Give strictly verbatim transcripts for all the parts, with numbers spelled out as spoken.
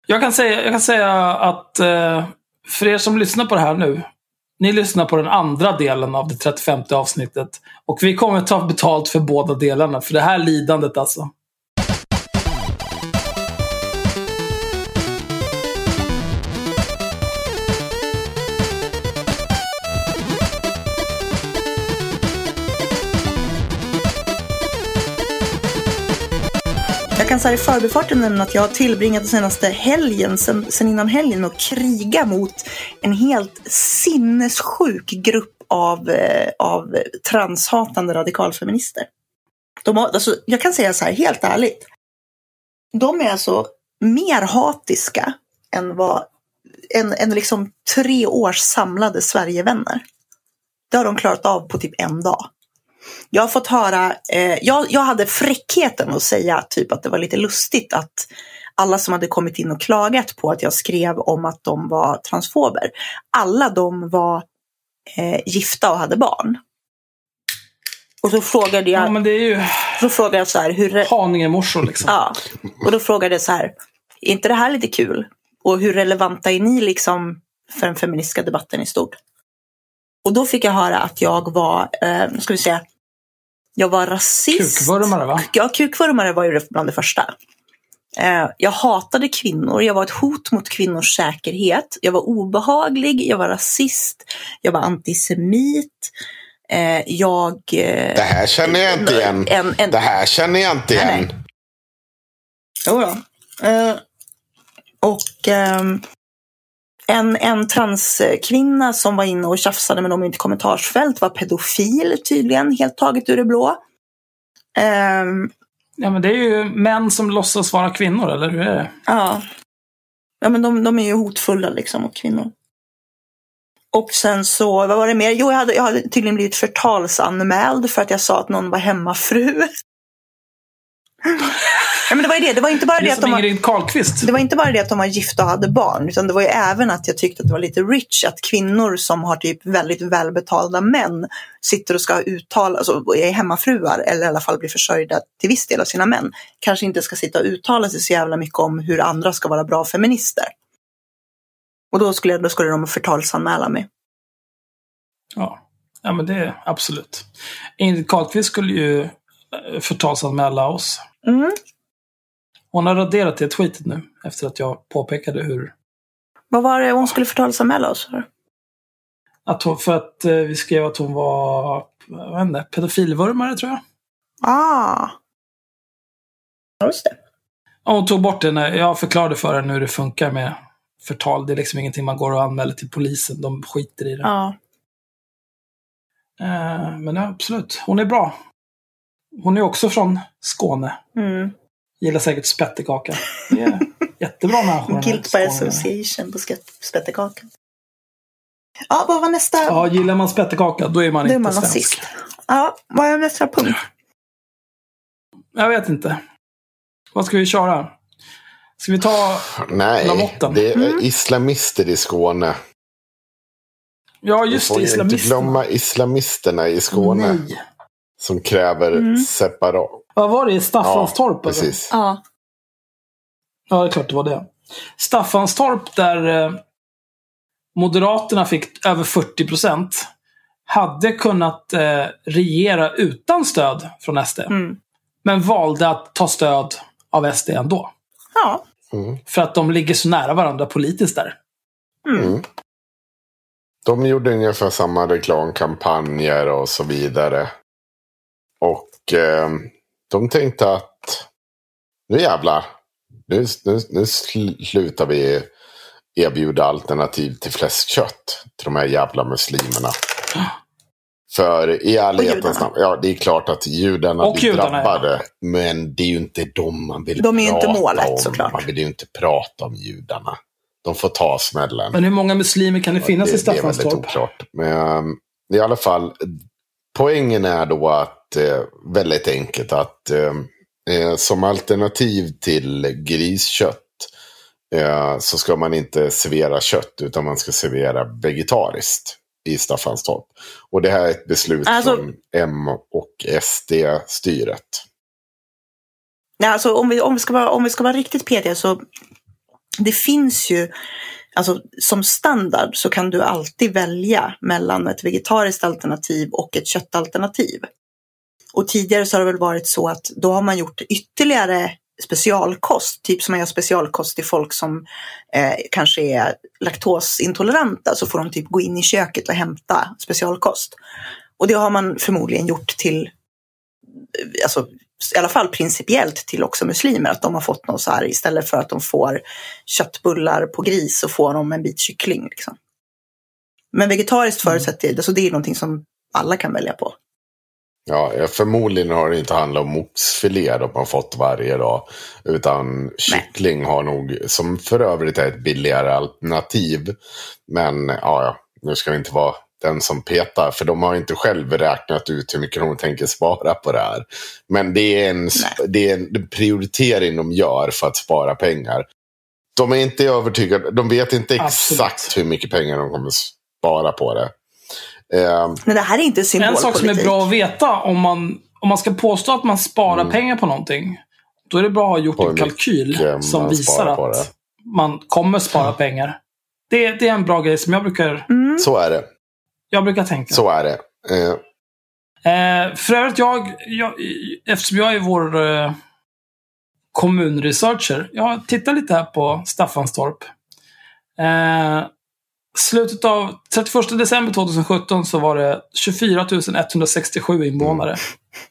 Jag kan säga, jag kan säga att eh, för er som lyssnar på det här nu, ni lyssnar på den andra delen av det trettiofemte avsnittet. Och vi kommer ta betalt för båda delarna, för det här lidandet alltså. Jag kan säga i förbifarten nämna att jag har tillbringat den senaste helgen, sen, sen innan helgen, och kriga mot en helt sinnessjuk grupp av, eh, av transhatande radikalfeminister. De har, alltså, jag kan säga så här, helt ärligt. De är alltså mer hatiska än vad en, en liksom tre års samlade Sverigevänner. Det har de klarat av på typ en dag. Jag har fått höra, eh, jag, jag hade fräckheten att säga typ att det var lite lustigt att alla som hade kommit in och klagat på att jag skrev om att de var transfober, alla de var eh, gifta och hade barn. Och så frågade jag, ja, men det är ju så frågade jag så här, hur Haninge-morsor liksom. Ja. Och då frågade jag så här, är inte det här lite kul? Och hur relevanta är ni liksom för den feministiska debatten i stort? Och då fick jag höra att jag var, eh, ska vi säga, jag var rasist. Kukvurmare, va? Ja, kukvurmare var ju bland det första. Eh, jag hatade kvinnor, jag var ett hot mot kvinnors säkerhet. Jag var obehaglig, jag var rasist, jag var antisemit. Eh, jag... Eh, det här känner jag inte igen. En, en, det här känner jag inte igen. Nej, nej. Jo då. Eh, och... Eh, En, en transkvinna som var inne och tjafsade med dem i ett kommentarsfält var pedofil tydligen, helt taget ur det blå. Um, ja, men det är ju män som låtsas vara kvinnor, eller hur är det? Ja, ja men de, de är ju hotfulla liksom mot kvinnor. Och sen så, vad var det mer? Jo, jag hade, jag hade tydligen blivit förtalsanmäld för att jag sa att någon var hemmafru. Ja, men det var ju det. Det var inte bara det, det att de var, det var inte bara det att de var gifta och hade barn, utan det var ju även att jag tyckte att det var lite rich att kvinnor som har typ väldigt välbetalda män sitter och ska uttala, alltså är hemmafruar eller i alla fall blir försörjda till viss del av sina män, kanske inte ska sitta och uttala sig så jävla mycket om hur andra ska vara bra feminister. Och då skulle, då skulle de förtalsanmäla mig. Ja, ja men det är absolut. Ingrid Carlqvist skulle ju förtalsanmäla oss. Mm. Hon har raderat det tweetet nu efter att jag påpekade hur... Vad var det hon skulle förtalsanmäla oss för? Att hon, för att eh, vi skrev att hon var jag vet inte, pedofilvurmare, tror jag. Ah. Just det. Och hon tog bort det när jag förklarade för henne hur det funkar med förtal. Det är liksom ingenting man går och anmäler till polisen. De skiter i det. Ja. Eh, men ja, absolut. Hon är bra. Hon är också från Skåne. Mm. Gillar säkert spettekaka. Det är jättebra människor. Guilt by association på spettekakan. Ja, vad var nästa? Ja, gillar man spettekaka, då är man då inte är man svensk. Nazist. Ja, vad är nästa punkt? Jag vet inte. Vad ska vi köra? Ska vi ta Nej, Lamotten? det är mm. islamister i Skåne. Ja, just det, islamisterna. Inte glömma islamisterna i Skåne. Nej. Som kräver mm. separat. Vad var det i Staffanstorp? Ja, precis. Ja. Ja, det är klart det var det. Staffanstorp, där eh, Moderaterna fick över fyrtio procent, hade kunnat eh, regera utan stöd från S D. Mm. Men valde att ta stöd av S D ändå. Ja. Mm. För att de ligger så nära varandra politiskt där. Mm. Mm. De gjorde ungefär samma reklamkampanjer och så vidare. Och eh, de tänkte att nu jävlar, nu, nu, nu slutar vi erbjuda alternativ till fläskkött till de här jävla muslimerna. För i ärlighetens namn, ja, det är klart att judarna och blir judarna, drabbade. Ja. Men det är ju inte dem man vill de är prata inte målet, om. såklart. Man vill ju inte prata om judarna. De får ta smällen. Men hur många muslimer kan det finnas det, i Staffanstorp? Det är väldigt oklart. Men um, i alla fall, poängen är då att eh, väldigt enkelt att eh, som alternativ till griskött eh, så ska man inte servera kött utan man ska servera vegetariskt i Staffanstorp. Och det här är ett beslut alltså, från M och S D-styret. Nej, alltså om vi, om vi, ska vara, om vi ska vara riktigt petiga så det finns ju, alltså som standard så kan du alltid välja mellan ett vegetariskt alternativ och ett köttalternativ. Och tidigare så har det väl varit så att då har man gjort ytterligare specialkost, typ som man gör specialkost till folk som eh, kanske är laktosintoleranta, så får de typ gå in i köket och hämta specialkost. Och det har man förmodligen gjort till, alltså i alla fall principiellt till också muslimer, att de har fått något så här, istället för att de får köttbullar på gris så får de en bit kyckling liksom. Men vegetariskt mm. förutsätter det, så det är någonting som alla kan välja på. Ja, förmodligen har det inte handlat om oxfilé de har fått varje dag. Utan kyckling Nej. har nog, som för övrigt är ett billigare alternativ. Men ja, ja, nu ska vi inte vara den som petar. För de har inte själv räknat ut hur mycket de tänker spara på det här. Men det är en, det är en prioritering de gör för att spara pengar. De är inte övertygade, de vet inte exakt Absolut. hur mycket pengar de kommer spara på det. Uh, Men det här är inte symbolpolitik. En sak som är bra att veta, om man, om man ska påstå att man sparar mm. pengar på någonting, då är det bra att ha gjort på en kalkyl som visar att man kommer spara pengar. Det, det är en bra grej som jag brukar... Mm. Så är det. Jag brukar tänka. Så är det. Uh. Eh, för övrigt, jag, jag, eftersom jag är vår eh, kommunresearcher, jag tittar lite här på Staffanstorp. Eh, slutet av trettioförsta december tjugohundrasjutton så var det tjugofyra tusen etthundrasextiosju invånare. Mm.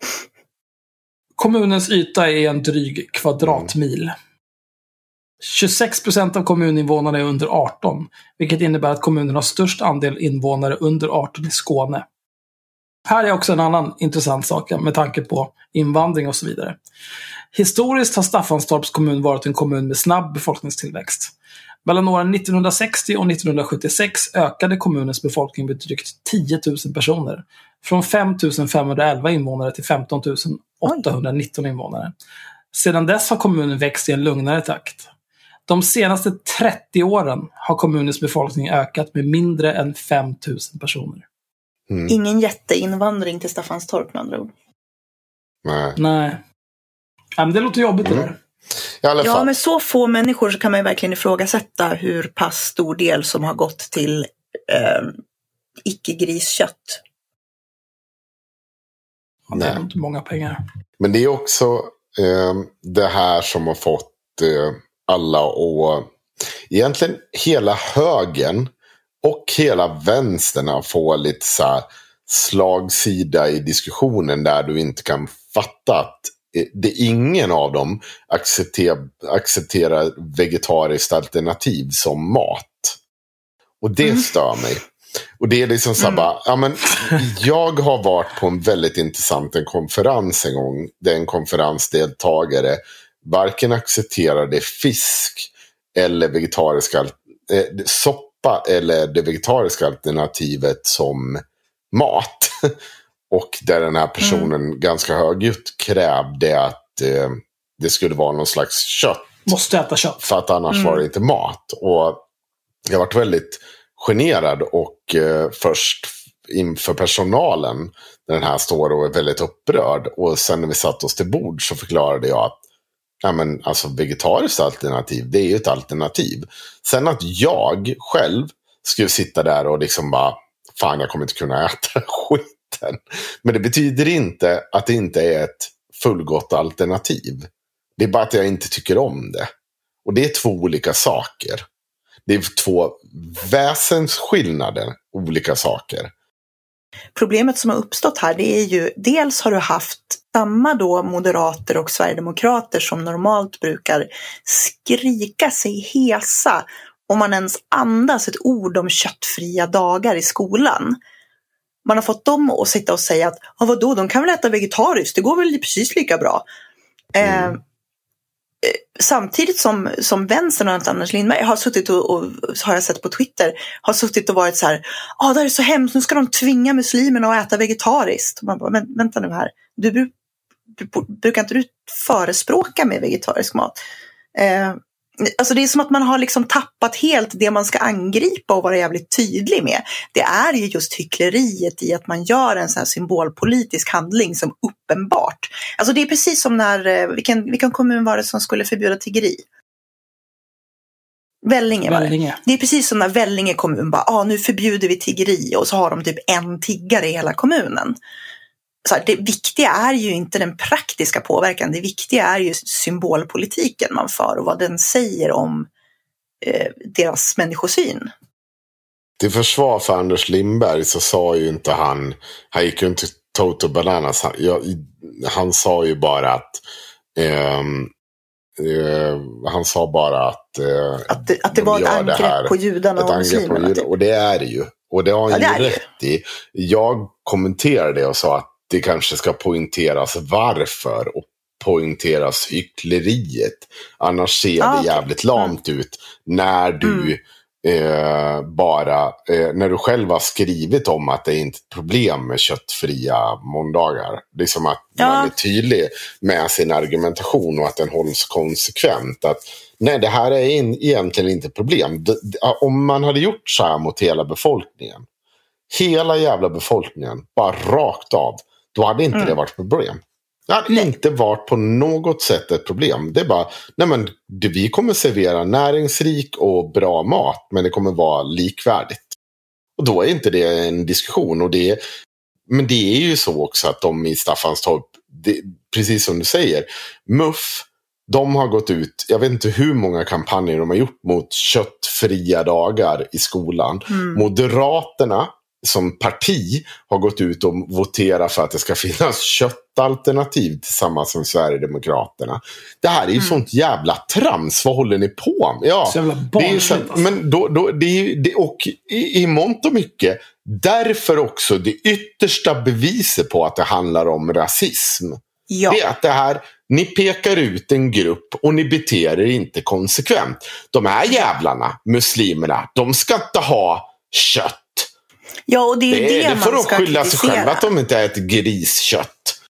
Kommunens yta är en dryg kvadratmil. Mm. tjugosex procent av kommuninvånarna är under arton, vilket innebär att kommunen har störst andel invånare under arton i Skåne. Här är också en annan intressant sak med tanke på invandring och så vidare. Historiskt har Staffanstorps kommun varit en kommun med snabb befolkningstillväxt. Mellan åren nittonhundrasextio och nittonhundrasjuttiosex ökade kommunens befolkning med drygt tio tusen personer. Från fem tusen femhundraelva invånare till femton tusen åttahundranitton invånare. Sedan dess har kommunen växt i en lugnare takt. De senaste trettio åren har kommunens befolkning ökat med mindre än fem tusen personer. Mm. Ingen jätteinvandring till Staffanstorp med andra ord. Nej. Nej. Ja, men det låter jobbigt mm. det där. I alla fall. Ja, med så få människor så kan man ju verkligen ifrågasätta hur pass stor del som har gått till eh, icke-griskött. Ja, det är inte många pengar. Men det är också eh, det här som har fått eh, alla och egentligen hela högen och hela vänstern att få lite så här slagsida i diskussionen där du inte kan fatta att det är ingen av dem accepterar, accepterar vegetariskt alternativ som mat. Och det mm. stör mig. Och det är liksom så mm. bara, ja, men jag har varit på en väldigt intressant en konferens en gång. Där en konferensdeltagare varken accepterade fisk eller vegetariska eh, soppa eller det vegetariska alternativet som mat. Och där den här personen mm. ganska högljutt krävde att eh, det skulle vara någon slags kött. Måste äta kött. För att annars mm. var det inte mat. Och jag varit väldigt generad och eh, först inför personalen när den här står och är väldigt upprörd. Och sen när vi satt oss till bord så förklarade jag att ja, men, alltså, vegetariskt alternativ, det är ju ett alternativ. Sen att jag själv skulle sitta där och liksom bara, fan jag kommer inte kunna äta skit. Men det betyder inte att det inte är ett fullgott alternativ. Det är bara att jag inte tycker om det. Och det är två olika saker. Det är två väsensskillnader, olika saker. Problemet som har uppstått här, det är ju, dels har du haft samma då moderater och sverigedemokrater som normalt brukar skrika sig hesa om man ens andas ett ord om köttfria dagar i skolan. Man har fått dem att sitta och säga att ah, vadå, de kan väl äta vegetariskt, det går väl precis lika bra. Mm. Eh, samtidigt som, som vänstern och Anders Lindberg har suttit och, och har jag sett på Twitter, har suttit och varit så här, ja ah, det är så hemskt, nu ska de tvinga muslimerna att äta vegetariskt. Man bara, men vänta nu här, du, du, du, brukar inte du förespråka med vegetarisk mat? Eh, Alltså det är som att man har liksom tappat helt det man ska angripa och vara jävligt tydlig med. Det är ju just hyckleriet i att man gör en sån här symbolpolitisk handling som uppenbart. Alltså det är precis som när, vilken, vilken kommun var det som skulle förbjuda tiggeri? Vellinge var Vellinge. det. Det är precis som när Vellinge kommun bara, ah, nu förbjuder vi tiggeri, och så har de typ en tiggare i hela kommunen. Så här, det viktiga är ju inte den praktiska påverkan, det viktiga är ju symbolpolitiken man för och vad den säger om eh, deras människosyn. Till försvar för Anders Lindberg så sa ju inte han, han gick ju inte total bananas, han, jag, han sa ju bara att ehm, Uh, han sa bara att, uh, att, det, att det de var ett angrepp här, på judarna och muslimerna. Typ. Och det är det ju. Och det har han ja, ju rätt ju. i. Jag kommenterade det och sa att det kanske ska poängteras varför och poängteras hyckleriet. Annars ser ah, det okay. jävligt lamt mm. ut när du mm. eh, bara, eh, när du själv har skrivit om att det är inte ett problem med köttfria måndagar. Det är som att ja. man är tydlig med sin argumentation och att den hålls konsekvent. Att nej, det här är in, egentligen inte ett problem. D- d- om man hade gjort så här mot hela befolkningen, hela jävla befolkningen, bara rakt av, då hade inte mm. det varit ett problem. Det hade nej. inte varit på något sätt ett problem. Det är bara, nej men det, vi kommer servera näringsrik och bra mat, men det kommer vara likvärdigt. Och då är inte det en diskussion. Och det är, men det är ju så också att de i Staffanstorp, det, precis som du säger, M U F, de har gått ut, jag vet inte hur många kampanjer de har gjort mot köttfria dagar i skolan. Mm. Moderaterna som parti har gått ut och voterat för att det ska finnas köttalternativ tillsammans med Sverigedemokraterna. Det här är ju mm. sånt jävla trams. Vad håller ni på med? Ja, det är ju så, men då, då, det är, det, och i, i mångt och mycket därför också det yttersta beviset på att det handlar om rasism. Ja. Det är att det här, ni pekar ut en grupp och ni beter er inte konsekvent. De här jävlarna, muslimerna, de ska inte ha kött. Ja, och det är det, det, det får de skylla sig själva att de inte äter griskött.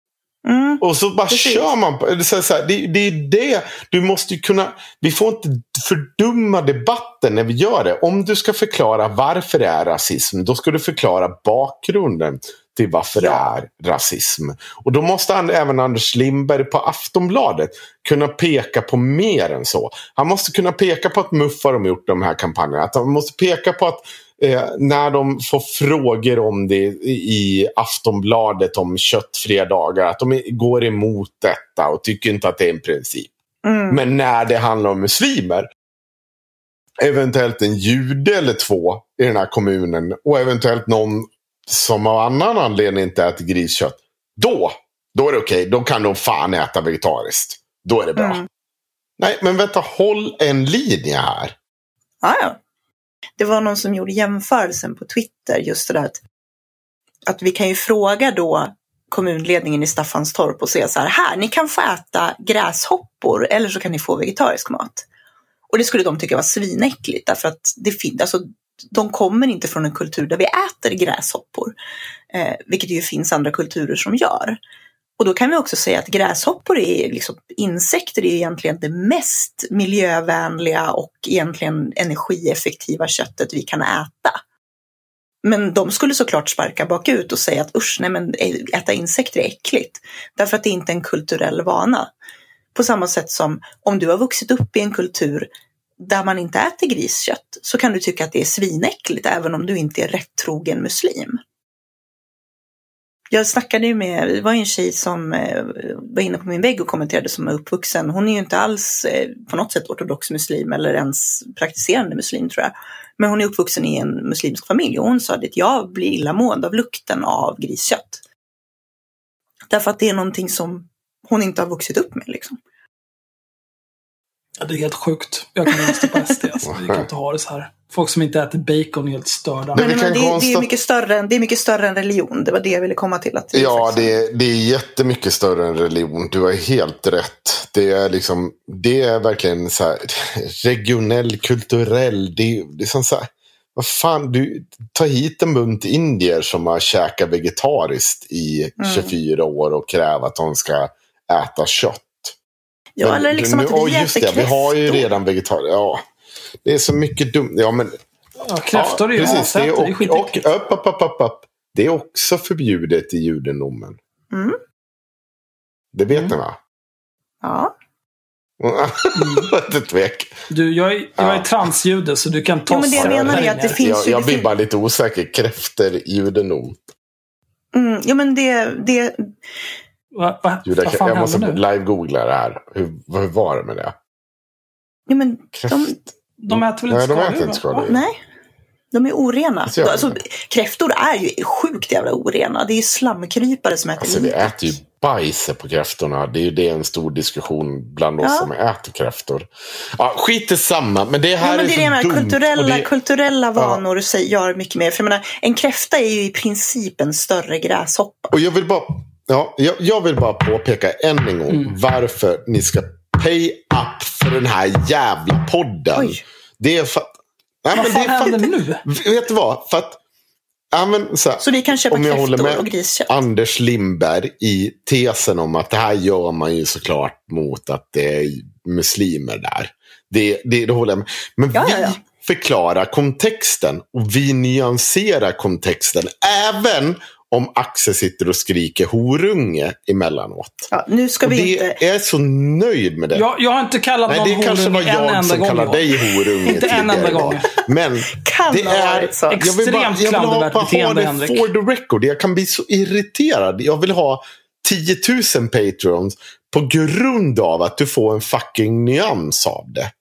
Mm, och så bara precis. kör man på, så, så här, det, det är det du måste ju kunna, vi får inte fördumma debatten när vi gör det. Om du ska förklara varför det är rasism, då ska du förklara bakgrunden till varför ja. det är rasism. Och då måste han, även Anders Lindberg på Aftonbladet kunna peka på mer än så. Han måste kunna peka på att M U F har de gjort de här kampanjerna. Att han måste peka på att eh, när de får frågor om det i Aftonbladet om köttfria dagar, att de går emot detta och tycker inte att det är en princip. Mm. Men när det handlar om muslimer, eventuellt en jude eller två i den här kommunen och eventuellt någon som av annan anledning inte äter griskött, då, då är det okej. Då kan de fan äta vegetariskt. Då är det bra. Mm. Nej, men vänta, håll en linje här. Ja, ja. Det var någon som gjorde jämförelsen på Twitter, just det där att, att vi kan ju fråga då kommunledningen i Staffanstorp och säga så här, här, ni kan få äta gräshoppor eller så kan ni få vegetarisk mat. Och det skulle de tycka var svinäckligt, därför att det finns, alltså de kommer inte från en kultur där vi äter gräshoppor. Eh, vilket ju finns andra kulturer som gör. Och då kan vi också säga att gräshoppor är liksom, insekter är egentligen det mest miljövänliga och egentligen energieffektiva köttet vi kan äta. Men de skulle såklart sparka bakut och säga att usch, nej men äta insekter är äckligt. Därför att det inte är en kulturell vana. På samma sätt som om du har vuxit upp i en kultur där man inte äter griskött, så kan du tycka att det är svinäckligt även om du inte är rättrogen muslim. Jag snackade ju med, det var en tjej som eh, var inne på min vägg och kommenterade som är uppvuxen. Hon är ju inte alls eh, på något sätt ortodox muslim eller ens praktiserande muslim, tror jag. Men hon är uppvuxen i en muslimsk familj och hon sa att jag blir illamående av lukten av griskött. Därför att det är någonting som hon inte har vuxit upp med liksom. Ja, det är helt sjukt. Jag kan rösta på S D. Alltså. Vi kan inte ha det så här. Folk som inte äter bacon är helt störda. Men, men, men det, konstat- det, är mycket större, det är mycket större än religion. Det var det jag ville komma till. Att det ja, det är, det är jättemycket större än religion. Du har helt rätt. Det är, liksom, det är verkligen så här, regionell, kulturell. Det är, det är som så här, vad fan, du tar hit en bunt indier som har käkat vegetariskt i mm. tjugofyra år och kräver att de ska äta kött. Ja, men, eller liksom nu, att vi oh, just det, vi har ju redan vegetarier. Ja, det är så mycket dumt. Ja, men ja, kräftor ja, är ju precis, det är, och, det är och upp, upp, upp, upp, upp. Det är också förbjudet i judendomen. Mm. Det vet mm. ni, va? Ja. Mm. Ett tvek. Du, jag är, jag är Ja. transjude så du kan ta Ja, men det jag menar är att det finns jag, ju... jag det blir fin- bara lite osäker. Kräfter, judendom. mm, ja, men det... det Va, va, Juda, vad fan jag måste händer nu? live-googla det här. Hur, hur var det med det? ja, men de, De äter väl Nej, inte de skaldjur? äter inte va? skaldjur. nej, de är orena. Så gör de Alltså, det. kräftor är ju sjukt jävla orena. Det är ju slamkrypare som äter Alltså vi livet. äter ju bajs på kräftorna. Det är ju det en stor diskussion bland oss Ja. som äter kräftor. Ja, skit är samma. Men det här Ja, men det är är det så med dumt. kulturella, Och det, kulturella vanor ja. Gör mycket mer. För jag menar, en kräfta är ju i princip en större gräshoppa. och jag vill bara, ja, jag, jag vill bara påpeka än en gång Mm. varför ni ska pay up för den här jävla podden. Oj. Det är för att... Nej, Vad men fan det är för händer att, nu? vet du vad? För att... Ja, men, så här, Så vi kan köpa om jag håller kräftor med och griskött. Anders Lindberg i tesen om att det här gör man ju såklart mot att det är muslimer där. Det, det, det håller jag med. Men Ja, vi ja, ja. förklarar kontexten och vi nyanserar kontexten även om Axel sitter och skriker horunge emellanåt. Ja, nu ska Och vi det, inte... jag är så nöjd med det. Jag, jag har inte kallat Nej, någon det kanske var horunge en jag enda som gång. kallade i år. dig horunge Inte en tidigare enda idag. gång. Men Kan det ha är... varit så. Jag vill bara, Extremt jag vill ha, klandervärt bara ha beteende, det Henrik. for the record. Jag kan bli så irriterad. Jag vill ha tio tusen Patreons på grund av att du får en fucking nyans av det.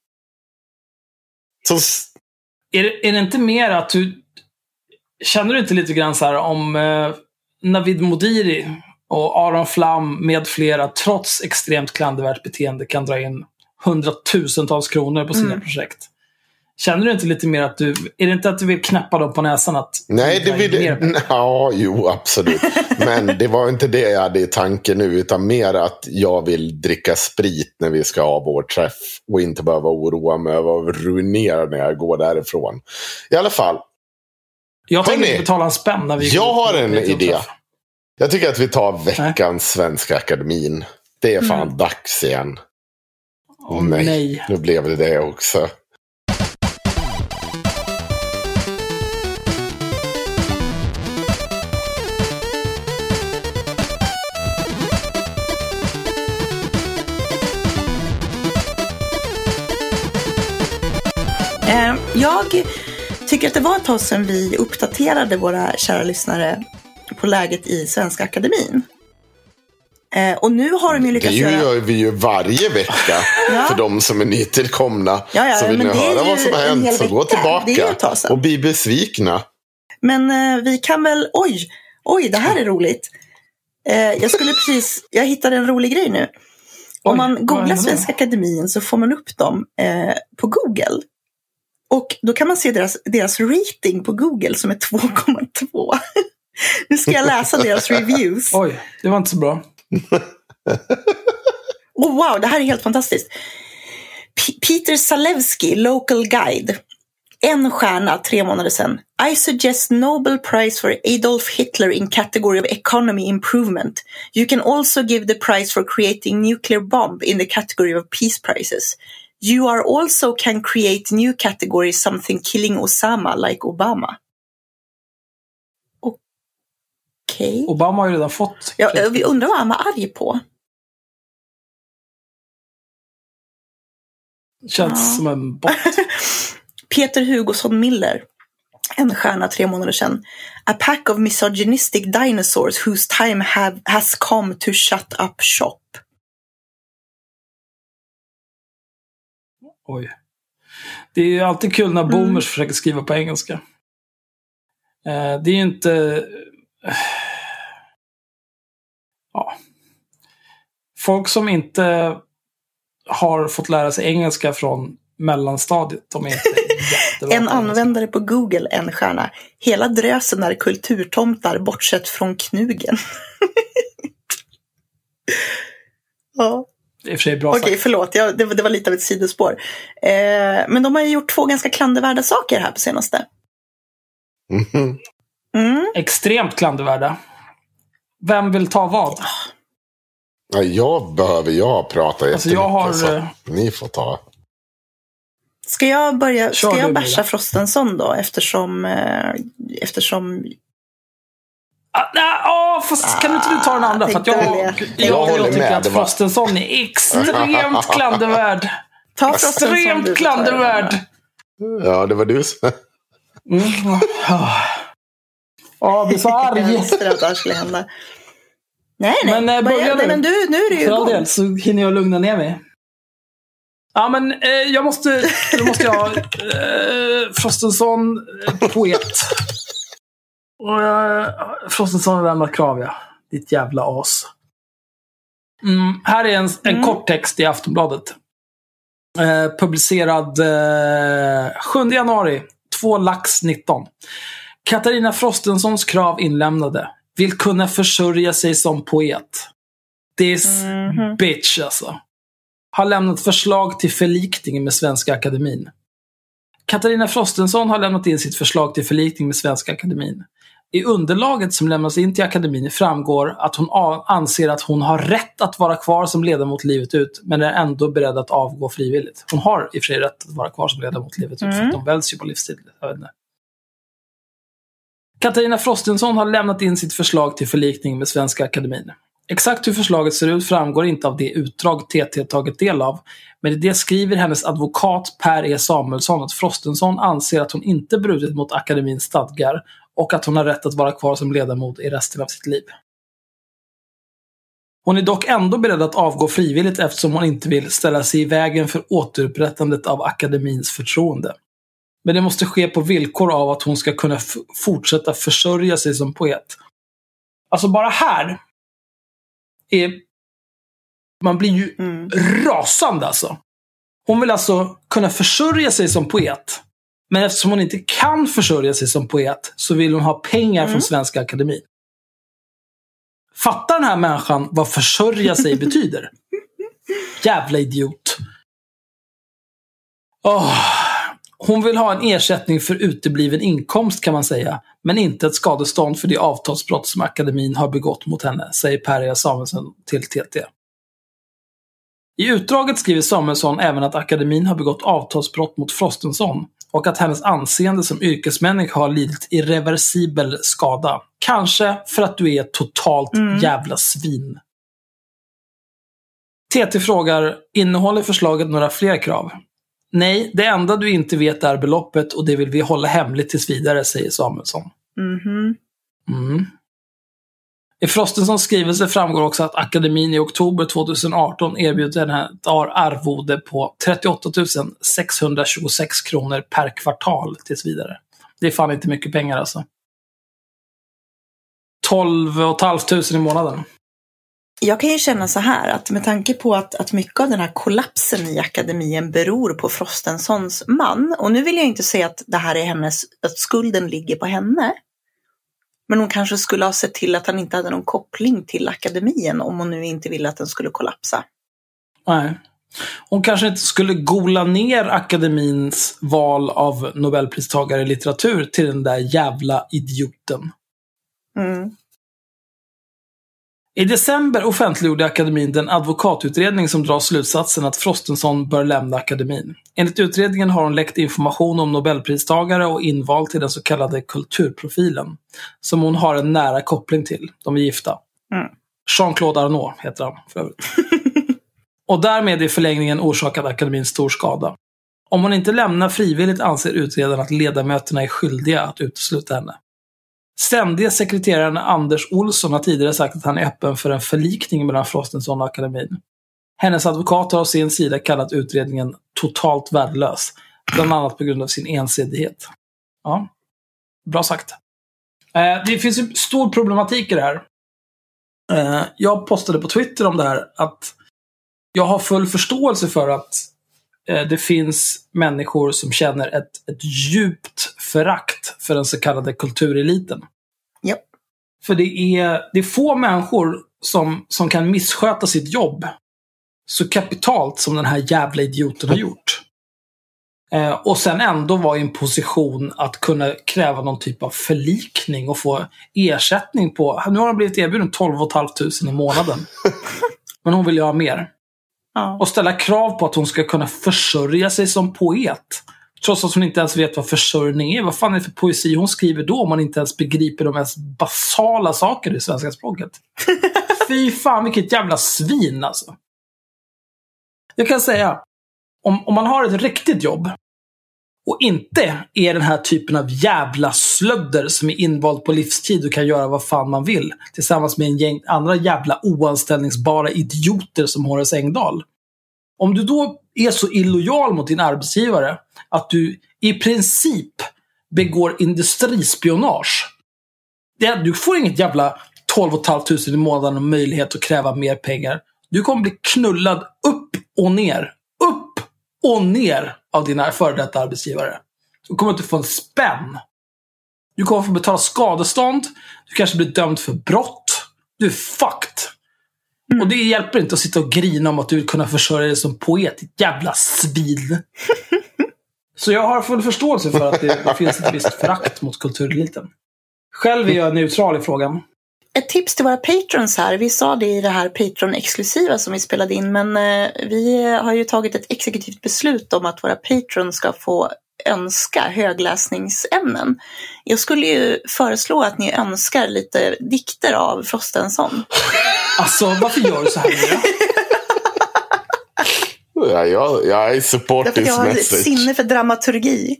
Så, Är, det- är det inte mer att du... Känner du inte lite grann så här om eh, Navid Modiri och Aron Flam med flera trots extremt klandervärt beteende kan dra in hundratusentals kronor på sina Mm. projekt? Känner du inte lite mer att du... Är det inte att du vill knäppa dem på näsan att... nej, det dra in vill mer pengar? ja, jo, absolut. Men det var inte det jag hade i tanken nu, utan mer att jag vill dricka sprit när vi ska ha vår träff och inte behöva oroa mig över att ruinera när jag går därifrån. I alla fall, Jag tänker Hörrni, inte betala en spänn när vi... jag har en går till idé. träff. Jag tycker att vi tar veckans Svenska Akademin. Det är fan dags igen. Åh, nej. Nu blev det det också. Eh, jag tycker att det var ett tag sedan vi uppdaterade våra kära lyssnare på läget i Svenska Akademin. Eh, och nu har de ju Det lyckats gör göra... vi ju varje vecka Ja. för de som är nytillkomna. Ja, ja, så vill men ni det är höra ju vad som har en hel hänt så gå vecka. Det är ju ett tag tillbaka sedan. och bli besvikna. Men eh, vi kan väl... Oj, oj, det här är roligt. Eh, jag skulle precis... Jag hittade en rolig grej nu. Om Oj, man vad googlar är det? Svenska Akademin så får man upp dem eh, på Google. Och då kan man se deras, deras rating på Google som är två komma två. Nu ska jag läsa deras reviews. Oj, det var inte så bra. Oh, wow, det här är helt fantastiskt. P- Peter Salewski, local guide. En stjärna, tre månader sedan. I suggest Nobel Prize for Adolf Hitler in category of economy improvement. You can also give the prize for creating nuclear bomb in the category of peace prizes. You are also can create new category something killing Osama like Obama. Okej. Okay. Obama har ju redan fått... Ja, vi undrar vad han var arg på. Känns Ja. som en bot. Peter Hugosson Miller. En stjärna tre månader sedan. A pack of misogynistic dinosaurs whose time have, has come to shut up shop. Oj. Det är ju alltid kul när boomers Mm. försöker skriva på engelska. Eh, det är ju inte... Ja. Folk som inte har fått lära sig engelska från mellanstadiet, de är inte jättebra En på engelska. användare på Google, en stjärna. Hela drösen är kulturtomtar bortsett från knugen. Ja. Det är i och för sig bra Okej, sagt. förlåt. Jag, det, var- det var lite av ett sidospår. Eh, men de har ju gjort två ganska klandervärda saker här på senaste. Mhm. Mm. Extremt klandervärda. Vem vill ta vad? Ja, jag behöver jag prata jättemycket. Alltså, jag har, så eh, ni får ta. Ska jag börja, Kör ska du, jag Mila. basha Frostenson då? Eftersom, eh, eftersom Ja, ah, fast kan du inte ta den andra? För att jag, jag, jag, jag tycker med, att var... Frostenson är extremt klandervärd. Ta extremt klandervärd. Ja, det var du som... Mm. Ja, oh, du är så arg. Jag visste att det här skulle hända. Nej, nej. Men, börja, nej, men du, nu är det ju för del så hinner jag lugna ner mig. Ja, men eh, jag måste... Då måste jag... Eh, Frostenson, eh, poet. Och jag... Frostenson är lämnat krav, ja. Ditt jävla as. Mm, här är en, en mm. kort text i Aftonbladet. Eh, publicerad eh, sjunde januari. två lax nitton. Katarina Frostensons krav inlämnade. Vill kunna försörja sig som poet. This mm-hmm. bitch alltså. Har lämnat förslag till förlikning med Svenska Akademin. Katarina Frostenson har lämnat in sitt förslag till förlikning med Svenska Akademin. I underlaget som lämnas in till akademin framgår att hon anser att hon har rätt att vara kvar som ledamot livet ut, men är ändå beredd att avgå frivilligt. Hon har i och för sig rätt att vara kvar som ledamot livet mm. ut, för att de väljs ju på livstid. Jag vet inte. Katarina Frostenson har lämnat in sitt förslag till förlikning med Svenska Akademin. Exakt hur förslaget ser ut framgår inte av det utdrag T T tagit del av, men i det skriver hennes advokat Per E. Samuelsson att Frostenson anser att hon inte brutit mot akademins stadgar och att hon har rätt att vara kvar som ledamot i resten av sitt liv. Hon är dock ändå beredd att avgå frivilligt eftersom hon inte vill ställa sig i vägen för återupprättandet av akademins förtroende. Men det måste ske på villkor av att hon ska kunna f- fortsätta försörja sig som poet. Alltså bara här är... Man blir ju mm. rasande alltså. Hon vill alltså kunna försörja sig som poet. Men eftersom hon inte kan försörja sig som poet så vill hon ha pengar mm. från Svenska Akademin. Fattar den här människan vad försörja sig betyder? Jävla idiot. Oh. Hon vill ha en ersättning för utebliven inkomst kan man säga, men inte ett skadestånd för det avtalsbrott som akademin har begått mot henne, säger Per E. Samuelsson till T T. I utdraget skriver Samuelsson även att akademin har begått avtalsbrott mot Frostenson och att hennes anseende som yrkesmänniska har lidit irreversibel skada. Kanske för att du är totalt mm. jävla svin. T T frågar, innehåller förslaget några fler krav? Nej, det enda du inte vet är beloppet och det vill vi hålla hemligt tills vidare, säger Samuelsson. Mm-hmm. Mm. I Frostensons skrivelse framgår också att akademin i oktober tjugoarton erbjuder henne ett arvode på trettioåtta tusen sexhundratjugosex kronor per kvartal tills vidare. Det är fan inte mycket pengar alltså. tolv tusen femhundra i månaden. Jag kan ju känna så här att med tanke på att, att mycket av den här kollapsen i akademin beror på Frostensons man, och nu vill jag inte säga att det här är hennes, att skulden ligger på henne, men hon kanske skulle ha sett till att han inte hade någon koppling till akademin om hon nu inte ville att den skulle kollapsa. Nej. Hon kanske inte skulle gola ner akademins val av Nobelpristagare i litteratur till den där jävla idioten. Mm. I december offentliggjorde akademin den advokatutredning som drar slutsatsen att Frostenson bör lämna akademin. Enligt utredningen har hon läckt information om Nobelpristagare och inval till den så kallade kulturprofilen, som hon har en nära koppling till. De är gifta. Mm. Jean-Claude Arnault heter han för övrigt. Och därmed i förlängningen orsakade akademin stor skada. Om hon inte lämnar frivilligt anser utredaren att ledamöterna är skyldiga att utesluta henne. Ständiga sekreteraren Anders Olsson har tidigare sagt att han är öppen för en förlikning mellan Frostenson och akademin. Hennes advokat har av sin sida kallat utredningen totalt värdelös, bland annat på grund av sin ensidighet. Ja, bra sagt. Eh, det finns ju stor problematik i det här. Eh, jag postade på Twitter om det här att jag har full förståelse för att eh, det finns människor som känner ett, ett djupt förakt för den så kallade kultureliten. Ja. För det är, det är få människor som, som kan missköta sitt jobb så kapitalt som den här jävla idioten har gjort. Eh, och sen ändå vara i en position att kunna kräva någon typ av förlikning och få ersättning på. Nu har hon blivit erbjuden tolv tusen femhundra i månaden. Men hon vill ju ha mer. Ja. Och ställa krav på att hon ska kunna försörja sig som poet. Trots att hon inte ens vet vad försörjning är. Vad fan är det för poesi hon skriver då om man inte ens begriper de mest basala saker i svenska språket? Fy fan, vilket jävla svin alltså. Jag kan säga, om, om man har ett riktigt jobb och inte är den här typen av jävla slödder som är invald på livstid och kan göra vad fan man vill tillsammans med en gäng andra jävla oanställningsbara idioter som Horace Engdahl. Om du då är så illojal mot din arbetsgivare att du i princip begår industrispionage, det, du får inget jävla tolv och fem tusen i månaden och möjlighet att kräva mer pengar. Du kommer bli knullad upp och ner. Upp och ner av dina före detta arbetsgivare. Du kommer inte få en spänn. Du kommer få betala skadestånd. Du kanske blir dömd för brott. Du är fucked. Mm. Och det hjälper inte att sitta och grina om att du vill kunna försörja dig som poet. Jävla svin. Så jag har full förståelse för att det, det finns ett visst förakt mot kultureliten. Själv är jag neutral i frågan. Ett tips till våra patrons här. Vi sa det i det här Patreon-exklusiva som vi spelade in. Men eh, vi har ju tagit ett exekutivt beslut om att våra patrons ska få önska högläsningsämnen. Jag skulle ju föreslå att ni önskar lite dikter av Frostenson. Alltså, varför gör du så här nu? Ja, jag, jag är support Därför this jag har ett message. sinne för dramaturgi.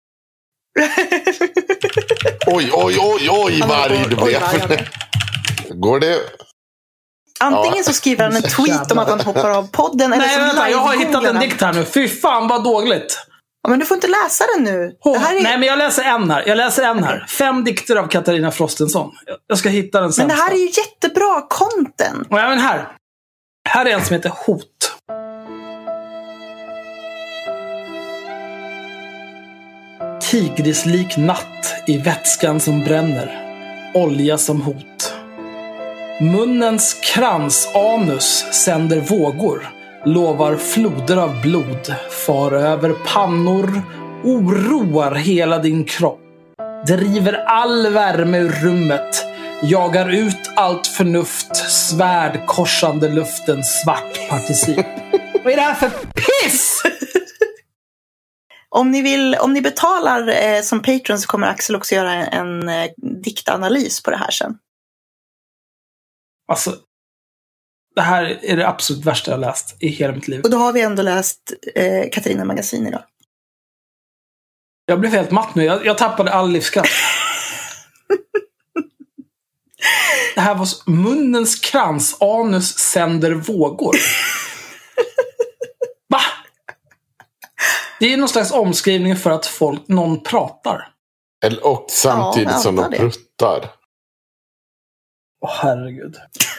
Oj, oj, oj, oj, Varg, du blev. Går det? Antingen Ja. så skriver han en tweet om att han hoppar av podden. Eller Nej, så vänta, jag har hittat en live-googlar dikt här nu. Fy fan, vad dåligt. Ja, men du får inte läsa den nu. Oh, det här är... Nej, men jag läser en här. Jag läser en här. Fem dikter av Katarina Frostenson. Jag ska hitta den sen. Men det här är ju jättebra content. Ja, men här. Här är en som heter Hot. Tigrislik natt i vätskan som bränner. Olja som hot. Munnens krans anus sänder vågor. Lovar floder av blod. Far över pannor. Oroar hela din kropp. Driver all värme ur rummet. Jagar ut allt förnuft. Svärd korsande luften. Svart particip. Vad är det här för piss? Om ni, vill, om ni betalar eh, som Patreon så kommer Axel också göra en, en eh, diktanalys på det här sen. Alltså, det här är det absolut värsta jag läst i hela mitt liv. Och då har vi ändå läst eh, Katarina Magasin idag. Jag blev helt matt nu. Jag, jag tappade all livskraft. Det här var så, munnens krans, anus sänder vågor. Va? Det är någon slags omskrivning för att folk, någon pratar. Eller, och samtidigt ja, som de det. pruttar. Åh, herregud.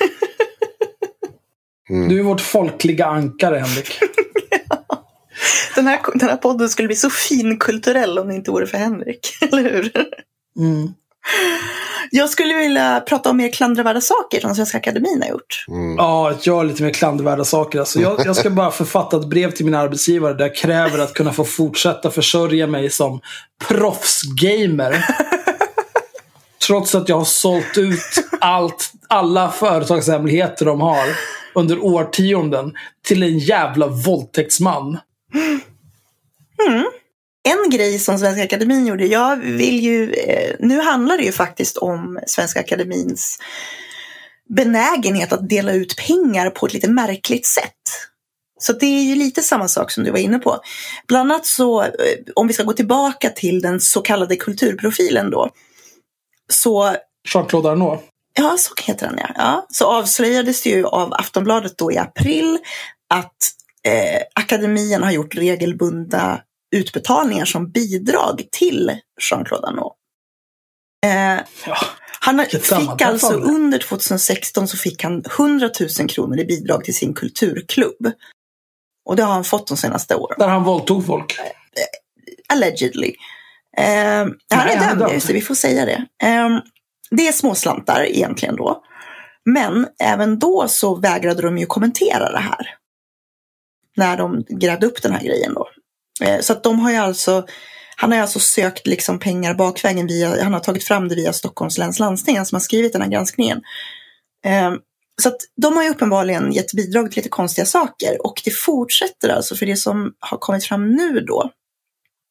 Mm. Du är vårt folkliga ankare, Henrik. Den här, den här podden skulle bli så finkulturell om det inte vore för Henrik. Eller hur? Mm. Jag skulle vilja prata om mer klandervärda saker som Svenska Akademin har gjort. Mm. Ja, jag gör lite mer klandervärda saker. Alltså, jag, jag ska bara författa ett brev till min arbetsgivare där jag kräver att kunna få fortsätta försörja mig som proffsgamer. Trots att jag har sålt ut allt, alla företagshemligheter de har under årtionden till en jävla våldtäktsman. Mm. En grej som Svenska Akademin gjorde, jag vill ju, eh, nu handlar det ju faktiskt om Svenska Akademins benägenhet att dela ut pengar på ett lite märkligt sätt. Så det är ju lite samma sak som du var inne på. Bland annat så, eh, om vi ska gå tillbaka till den så kallade kulturprofilen då, så... Jean-Claude Arnault. Ja, så heter den, ja. ja. Så avslöjades det ju av Aftonbladet då i april att eh, akademin har gjort regelbundna utbetalningar som bidrag till Jean-Claude Arnault. Eh, Ja, han vilket fick alltså sammanträffande. under tjugohundrasexton så fick han hundratusen kronor i bidrag till sin kulturklubb. Och det har han fått de senaste åren. Där han våldtog folk. Allegedly. Eh, han Nej, är han är dömd, dömd. just det, vi får säga det. Eh, det är småslantar egentligen då. Men även då så vägrade de ju kommentera det här. När de grävde upp den här grejen då. Eh, så att de har ju alltså, han har alltså sökt liksom pengar bakvägen via, han har tagit fram det via Stockholms läns landsting som har skrivit den här granskningen. Eh, så att de har ju uppenbarligen gett bidrag till lite konstiga saker. Och det fortsätter alltså, för det som har kommit fram nu då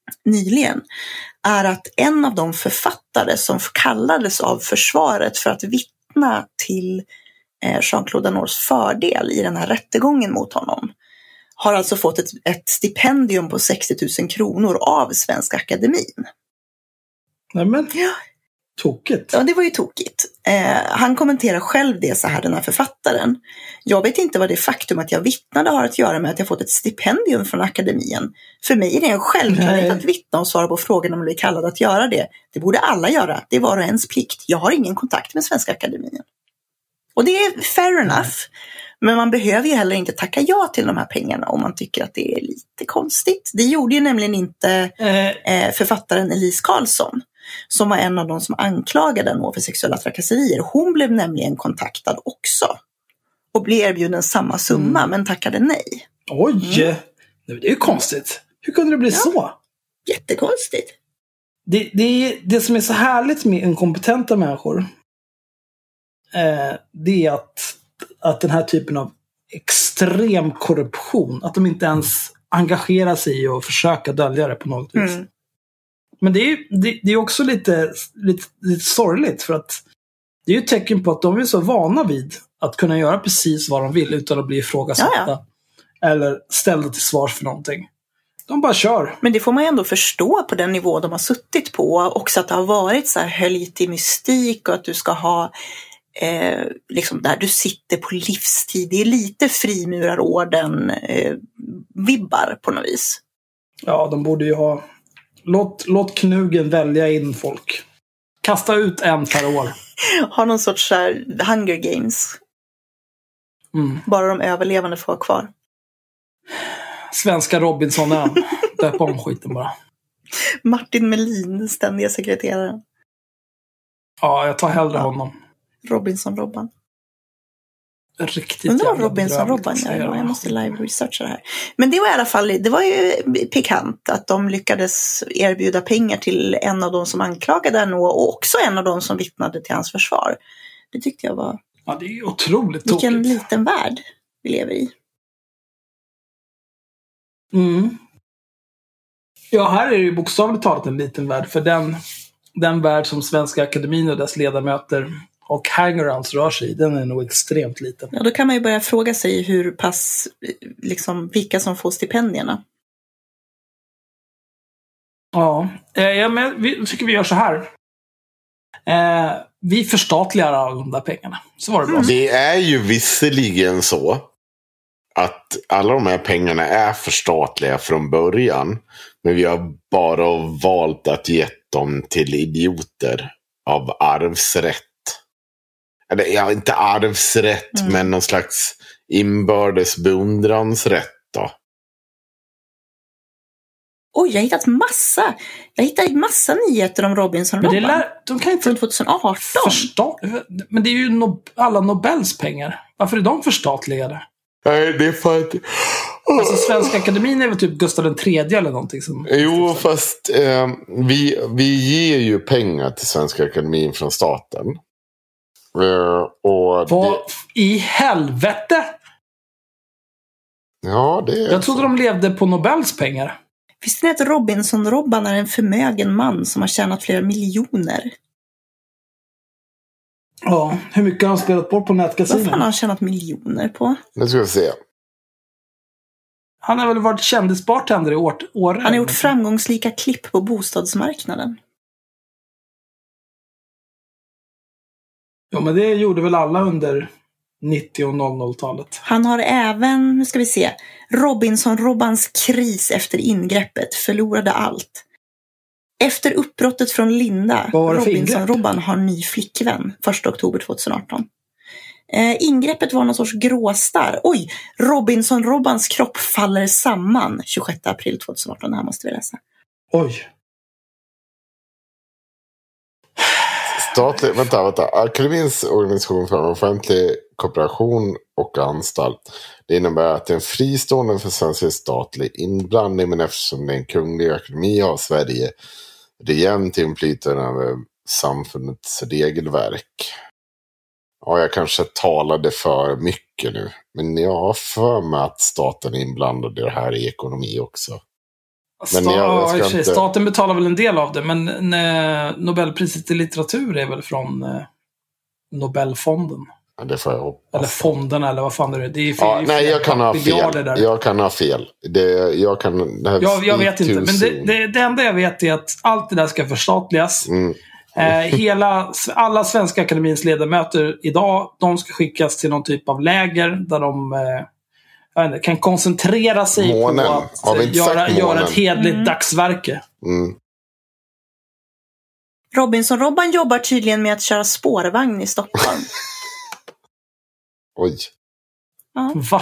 nyligen är att en av de författare som kallades av försvaret för att vittna till Jean-Claude Van Dors fördel i den här rättegången mot honom har alltså fått ett, ett stipendium på sextio tusen kronor av Svenska Akademin. Nej men, ja. Tokigt. Ja, det var ju tokigt. Eh, han kommenterar själv det så här, den här författaren. Jag vet inte vad det faktum att jag vittnade har att göra med att jag fått ett stipendium från akademin. För mig är det en självklarhet att vittna och svara på frågan om det är kallad att göra det. Det borde alla göra. Det var ens plikt. Jag har ingen kontakt med Svenska Akademin. Och det är fair enough. Men man behöver ju heller inte tacka ja till de här pengarna om man tycker att det är lite konstigt. Det gjorde ju nämligen inte eh, författaren Elise Karlsson, som var en av de som anklagade henne för sexuella trakasserier. Hon blev nämligen kontaktad också och blev erbjuden samma summa mm. men tackade nej. Oj, mm. det är ju konstigt. Hur kunde det bli ja. så? Jättekonstigt. Det, det, är, det som är så härligt med inkompetenta människor eh, det är att, att den här typen av extrem korruption, att de inte ens engagerar sig i och försöka dölja det på något vis. Mm. Men det är, det, det är också lite, lite, lite sorgligt, för att det är ju ett tecken på att de är så vana vid att kunna göra precis vad de vill utan att bli ifrågasatta ja, ja. eller ställda till svars för någonting. De bara kör. Men det får man ju ändå förstå på den nivå de har suttit på. Också att det har varit så här höljt i mystik och att du ska ha eh, liksom där du sitter på livstid. Det är lite frimurarorden eh, vibbar på något vis. Ja, de borde ju ha... Låt, låt knugen välja in folk. Kasta ut en per år. Ha någon sorts här Hunger Games. Mm. Bara de överlevande får vara kvar. Svenska Robinson är döpa om skiten bara. Martin Melin, ständiga sekreteraren. Ja, jag tar hellre ja. honom. Robinson-Robban. Riktigt jävla Robinson-Robban, ja, jag måste live-researcha det här. Men det var i alla fall, det var ju pikant att de lyckades erbjuda pengar till en av de som anklagade henne och också en av de som vittnade till hans försvar. Det tyckte jag var... Ja, det är ju otroligt tokigt. Vilken liten värld vi lever i. Mm. Ja, här är det ju bokstavligt talat en liten värld. För den, den värld som Svenska Akademin och dess ledamöter och hangarounds rör sig i, den är nog extremt liten. Ja, då kan man ju börja fråga sig hur pass, liksom, vilka som får stipendierna. Ja, ja men vi tycker vi gör så här. Eh, vi förstatligar alla de där pengarna. Så var det bra. Det är ju visserligen så att alla de här pengarna är förstatliga från början. Men vi har bara valt att ge dem till idioter av arvsrätt. Eller ja, inte arvsrätt, mm. men någon slags inbördes beundransrätt då. Oj, jag har hittat massa. Jag hittade massa nyheter om Robinson-Robban. Men det lär, de kan inte från tjugoarton. Första, men det är ju no, alla Nobels pengar. Varför är de förstatligade? Nej, det är för att... Alltså Svenska Akademin är väl typ Gustav den tredje eller någonting som... Jo, fast eh, vi, vi ger ju pengar till Svenska Akademin från staten. Uh, och Vad det... i helvete? Ja, det är Jag trodde de levde på Nobels pengar. Visste ni att Robinson-Robban är en förmögen man som har tjänat flera miljoner? Ja, hur mycket har han spelat bort på nätkasino? Vad fan har han tjänat miljoner på? Det ska vi se. Han har väl varit kändisbartender i år, år Han har gjort framgångsrika klipp på bostadsmarknaden. Ja, men det gjorde väl alla under nittio- och noll noll-talet. Han har även, nu ska vi se, Robinson-Robbans kris efter ingreppet, förlorade allt. Efter uppbrottet från Linda, Robinson-Robban har ny flickvän första oktober tjugoarton. Eh, ingreppet var någon sorts gråstarr. Oj, Robinson-Robbans kropp faller samman tjugosjätte april tjugoarton. Det här måste vi läsa. Oj. Statlig, vänta, vänta. Akademins organisation för offentlig kooperation och anstalt. Det innebär att det är en fristående för svensk statlig inblandning, men eftersom det är en kunglig akademi av Sverige rejält inflytande över samfundets regelverk. Ja, jag kanske talade för mycket nu, men jag har för mig att staten är inblandad i det här i ekonomi också. Sta- Men jag, jag ska inte... Staten betalar väl en del av det, men nej, Nobelpriset i litteratur är väl från eh, Nobelfonden. Ja, det får jag hoppas. Eller fonderna, eller vad fan det är. Det är för, ja, nej, jag kan ha fel. Där. Jag kan ha fel. Det, jag kan, det jag, jag vet inte, men det, det, det enda jag vet är att allt det där ska förstatligas. Mm. Eh, hela, alla Svenska Akademins ledamöter idag, de ska skickas till någon typ av läger där de eh, jag vet inte, kan koncentrera sig månen. på att göra, göra ett hedligt mm. dagsverke. Mm. Robinson-Robban jobbar tydligen med att köra spårvagn i Stockholm. Oj. Ja. Va?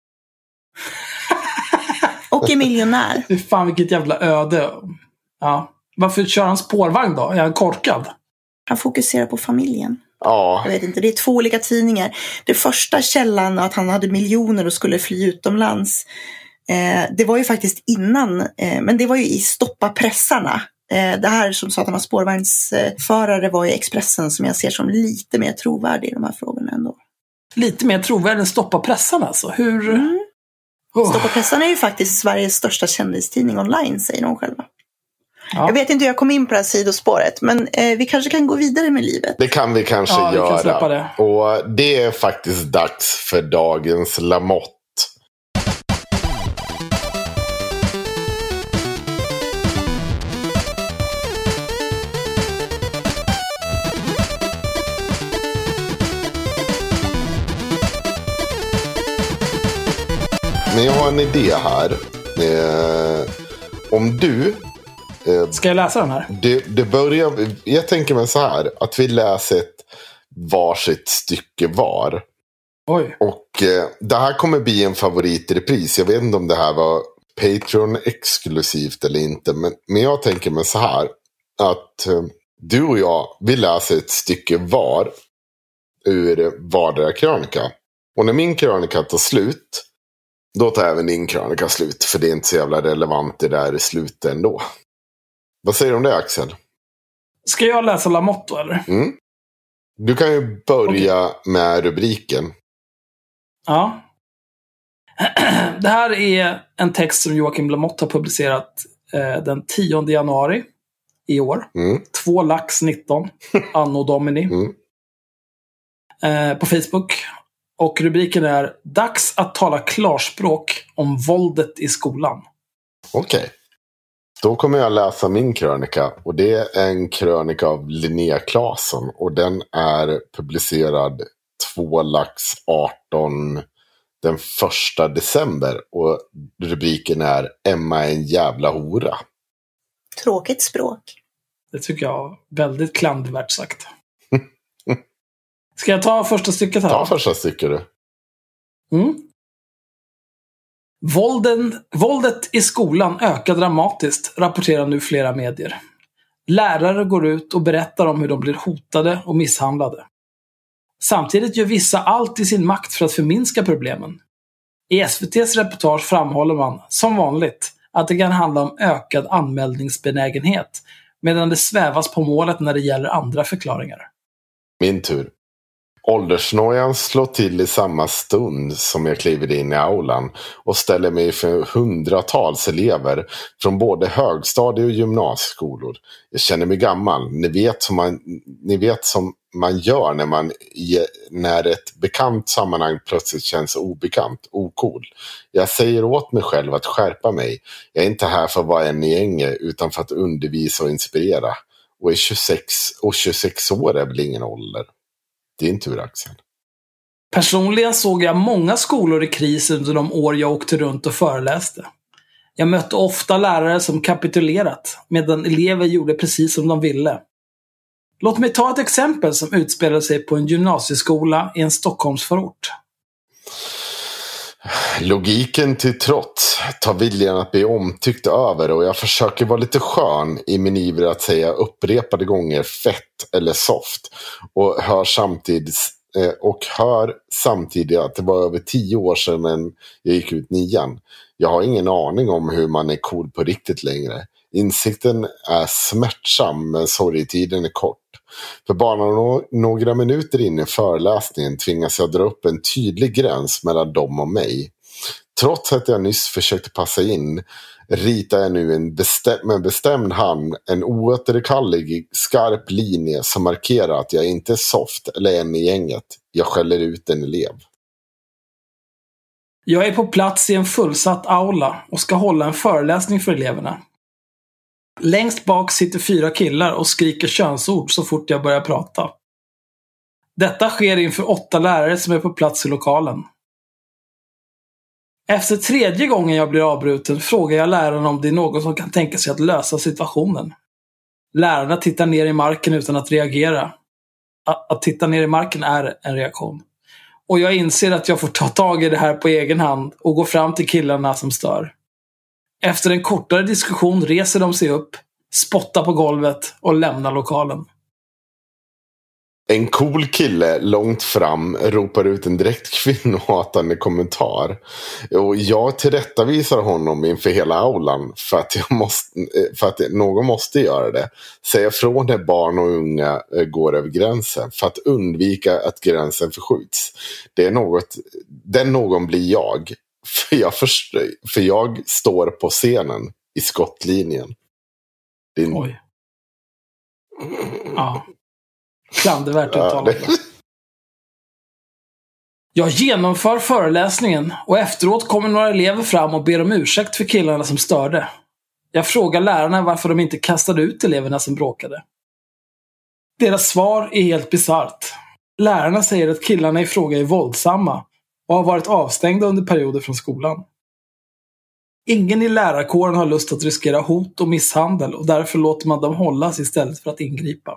Och är miljonär. Fy fan, vilket jävla öde. Ja. Varför kör han spårvagn då? Är han korkad? Han fokuserar på familjen. Ja. Jag vet inte, det är två olika tidningar. Det första källan att han hade miljoner och skulle fly utomlands. Eh, det var ju faktiskt innan, eh, men det var ju i Stoppa pressarna. Eh, det här som sa att han var spårvagnsförare var ju Expressen, som jag ser som lite mer trovärdig i de här frågorna ändå. Lite mer trovärdig än Stoppa pressarna alltså? Hur? Mm. Oh. Stoppa pressarna är ju faktiskt Sveriges största kändistidning online, säger de själva. Ja. Jag vet inte hur jag kom in på det här sidospåret, men eh, vi kanske kan gå vidare med livet. Det kan vi kanske ja, göra. Vi kan släppa det. Och det är faktiskt dags för dagens Lamotte. Men jag har en idé här. Eh, om du... Eh, Ska jag läsa den här? Det, det börjar, jag tänker mig så här. Att vi läser ett varsitt stycke var. Oj. Och eh, det här kommer bli en favorit i repris. Jag vet inte om det här var Patreon-exklusivt eller inte. Men, men jag tänker mig så här. Att eh, du och jag, vi läser ett stycke var. Ur vardera krönika. Och när min krönika tar slut... Då tar även din krönika slut. För det är inte så jävla relevant det där i slutet ändå. Vad säger du om det, Axel? Ska jag läsa Lamotte eller? Mm. Du kan ju börja okay. med rubriken. Ja. Det här är en text som Joakim Lamotte har publicerat eh, den tionde januari i år. Mm. Två lax nitton. Anno Domini. Mm. Eh, på Facebook. Och rubriken är Dags att tala klarspråk om våldet i skolan. Okej. Okay. Då kommer jag läsa min krönika. Och det är en krönika av Linnea Claesson. Och den är publicerad två lax arton den första december. Och rubriken är Emma är en jävla hora. Tråkigt språk. Det tycker jag väldigt klandervärt sagt. Ska jag ta första stycket här? Ta första stycket du. Mm. Vålden, våldet i skolan ökar dramatiskt, rapporterar nu flera medier. Lärare går ut och berättar om hur de blir hotade och misshandlade. Samtidigt gör vissa allt i sin makt för att förminska problemen. I S V T:s reportage framhåller man, som vanligt, att det kan handla om ökad anmälningsbenägenhet, medan det svävas på målet när det gäller andra förklaringar. Min tur. Åldersnojan slår till i samma stund som jag kliver in i aulan och ställer mig för hundratals elever från både högstadie- och gymnasieskolor. Jag känner mig gammal. Ni vet som man, ni vet som man gör när, man, när ett bekant sammanhang plötsligt känns obekant, ocool. Jag säger åt mig själv att skärpa mig. Jag är inte här för att vara en i gänget utan för att undervisa och inspirera. Och är tjugosex, och tjugosex år är väl ingen ålder. Din tur, Axel. Personligen såg jag många skolor i kris under de år jag åkte runt och föreläste. Jag mötte ofta lärare som kapitulerat, medan elever gjorde precis som de ville. Låt mig ta ett exempel som utspelade sig på en gymnasieskola i en Stockholmsförort. Logiken till trots tar viljan att bli omtyckt över och jag försöker vara lite skön i min iver att säga upprepade gånger fett eller soft och hör samtidigt, eh, och hör samtidigt att det var över tio år sedan jag gick ut nian. Jag har ingen aning om hur man är cool på riktigt längre. Insikten är smärtsam men sorgetiden är kort. För bara no- några minuter in i föreläsningen tvingas jag dra upp en tydlig gräns mellan dem och mig. Trots att jag nyss försökte passa in ritar jag nu en bestäm- med bestämd hand en oåterkallelig skarp linje som markerar att jag inte är soft eller en i gänget. Jag skäller ut en elev. Jag är på plats i en fullsatt aula och ska hålla en föreläsning för eleverna. Längst bak sitter fyra killar och skriker könsord så fort jag börjar prata. Detta sker inför åtta lärare som är på plats i lokalen. Efter tredje gången jag blir avbruten frågar jag läraren om det är någon som kan tänka sig att lösa situationen. Lärarna tittar ner i marken utan att reagera. Att, att titta ner i marken är en reaktion. Och jag inser att jag får ta tag i det här på egen hand och gå fram till killarna som stör. Efter en kortare diskussion reser de sig upp, spottar på golvet och lämnar lokalen. En cool kille långt fram ropar ut en direkt kvinnohatande kommentar. Och jag tillrättavisar honom inför hela aulan för att, jag måste, för att någon måste göra det. Säga från när barn och unga går över gränsen för att undvika att gränsen förskjuts. Det är något, den någon blir jag. För jag, först, för jag står på scenen i skottlinjen. Din... Oj. Ja. Klandervärt uttalat. Ja, det... Jag genomför föreläsningen och efteråt kommer några elever fram och ber om ursäkt för killarna som störde. Jag frågar lärarna varför de inte kastade ut eleverna som bråkade. Deras svar är helt bizarrt. Lärarna säger att killarna i fråga är våldsamma och har varit avstängda under perioder från skolan. Ingen i lärarkåren har lust att riskera hot och misshandel och därför låter man dem hållas istället för att ingripa.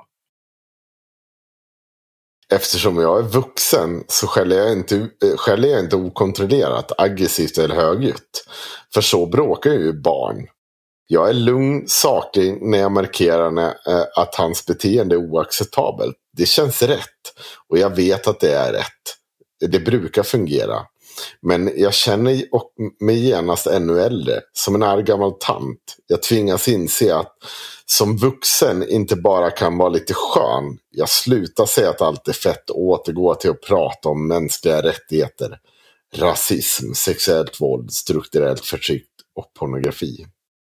Eftersom jag är vuxen så skäller jag inte, skäller jag inte okontrollerat, aggressivt eller högljutt. För så bråkar ju barn. Jag är lugn, saklig när jag markerar när, äh, att hans beteende är oacceptabelt. Det känns rätt och jag vet att det är rätt. Det brukar fungera. Men jag känner mig genast ännu äldre, som en arg gammal tant. Jag tvingas inse att som vuxen inte bara kan vara lite skön. Jag slutar säga att allt är fett och återgår till att prata om mänskliga rättigheter, rasism, sexuellt våld, strukturellt förtryck och pornografi.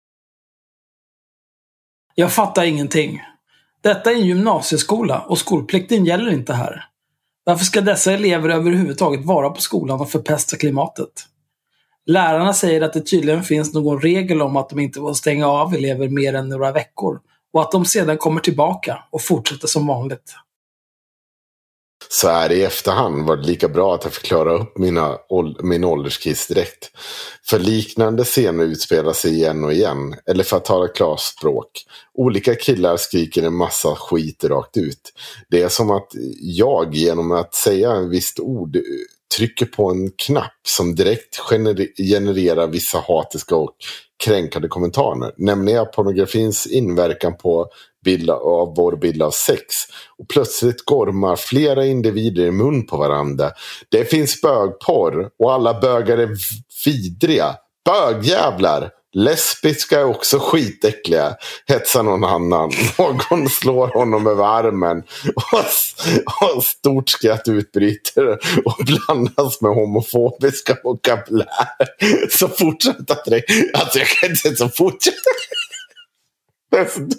Jag fattar ingenting. Detta är en gymnasieskola och skolplikten gäller inte här. Varför ska dessa elever överhuvudtaget vara på skolan och förpesta klimatet? Lärarna säger att det tydligen finns någon regel om att de inte får stänga av elever mer än några veckor och att de sedan kommer tillbaka och fortsätter som vanligt. Så här i efterhand var det lika bra att jag förklarade upp mina, min ålderskris direkt. För liknande scener utspelar sig igen och igen. Eller för att tala klarspråk. Olika killar skriker en massa skit rakt ut. Det är som att jag genom att säga en visst ord trycker på en knapp som direkt gener- genererar vissa hatiska och kränkande kommentarer. Nämligen pornografins inverkan på bild av vår bild av sex. Och plötsligt gormar flera individer i mun på varandra. Det finns bögporr och alla bögar är vidriga. Bögjävlar! Lesbiska är också skitäckliga. Hetsar någon annan. Någon slår honom över armen. Och, och stort skratt utbryter. Och blandas med homofobiska vokabulär. Så fortsätter det. Alltså jag kan inte så fortsätta. Det är så dumt.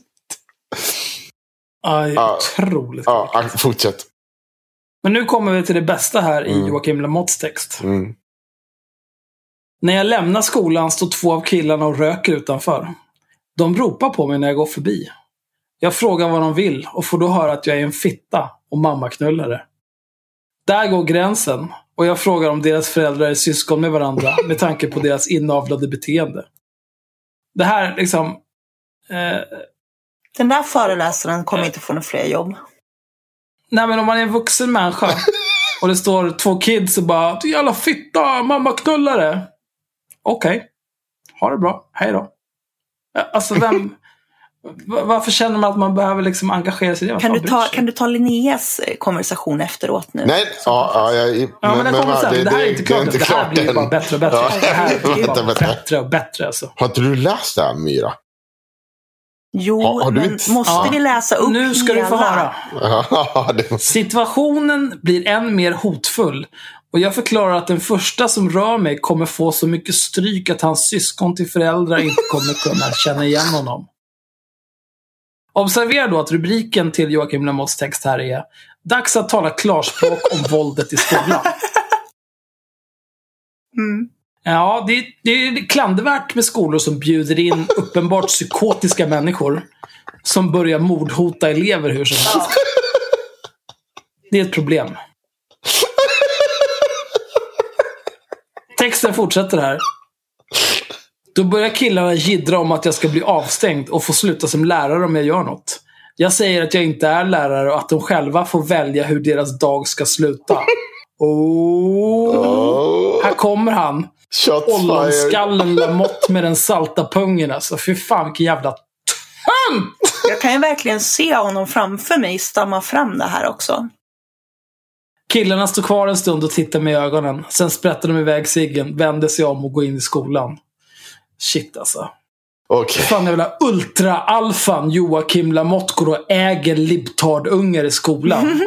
Aj, ja, otroligt. Ja, fortsätt. Men nu kommer vi till det bästa här i mm. Joakim Lamotts text. Mm. När jag lämnar skolan står två av killarna och röker utanför. De ropar på mig när jag går förbi. Jag frågar vad de vill och får då höra att jag är en fitta och mammaknullare. Där går gränsen och jag frågar om deras föräldrar är syskon med varandra med tanke på deras inavlade beteende. Det här liksom... Eh, Den där föreläsaren kommer inte få några fler jobb. Nej, men om man är en vuxen människa och det står två kids och bara du jävla fitta, mamma knullare. Okej, okay. Ha det bra, hej då. Alltså vem varför känner man att man behöver liksom engagera sig i det? Kan du, ta, kan du ta Linneas konversation efteråt nu? Nej, ja, ja, ja, ja men, men den kommer sen. Det, det här är inte klart. Det, det här blir ju bara bättre och bättre. Ja, det här blir bara bättre och bättre alltså. Har inte du läst det här, Myra? Jo, Har- har du men inte- måste Ja, vi läsa upp nu ska hela? du få höra. Ja, det måste... Situationen blir än mer hotfull. Och jag förklarar att den första som rör mig kommer få så mycket stryk att hans syskon till föräldrar inte kommer kunna känna igen honom. Observera då att rubriken till Joakim Lamotts text här är: dags att tala klarspråk om våldet i skolan. Mm. Ja, det, det är klandervärt med skolor som bjuder in uppenbart psykotiska människor som börjar mordhota elever hur som helst. Det är ett problem. Texten fortsätter här. Då börjar killarna jiddra om att jag ska bli avstängd och få sluta som lärare om jag gör något. Jag säger att jag inte är lärare och att de själva får välja hur deras dag ska sluta. Oh, Oh. här kommer han. Shots fired. Ollonskallen Lamotte med den salta pungen alltså. Fy fan vilken jävla tönt! Jag kan ju verkligen se honom framför mig stamma fram det här också. Killarna står kvar en stund och tittar med ögonen. Sen sprättar de iväg ciggen, vänder sig om och går in i skolan. Shit alltså. Okej. Fan jag vill ha ultra-alfan Joakim Lamotte går och äger libtardungar i skolan.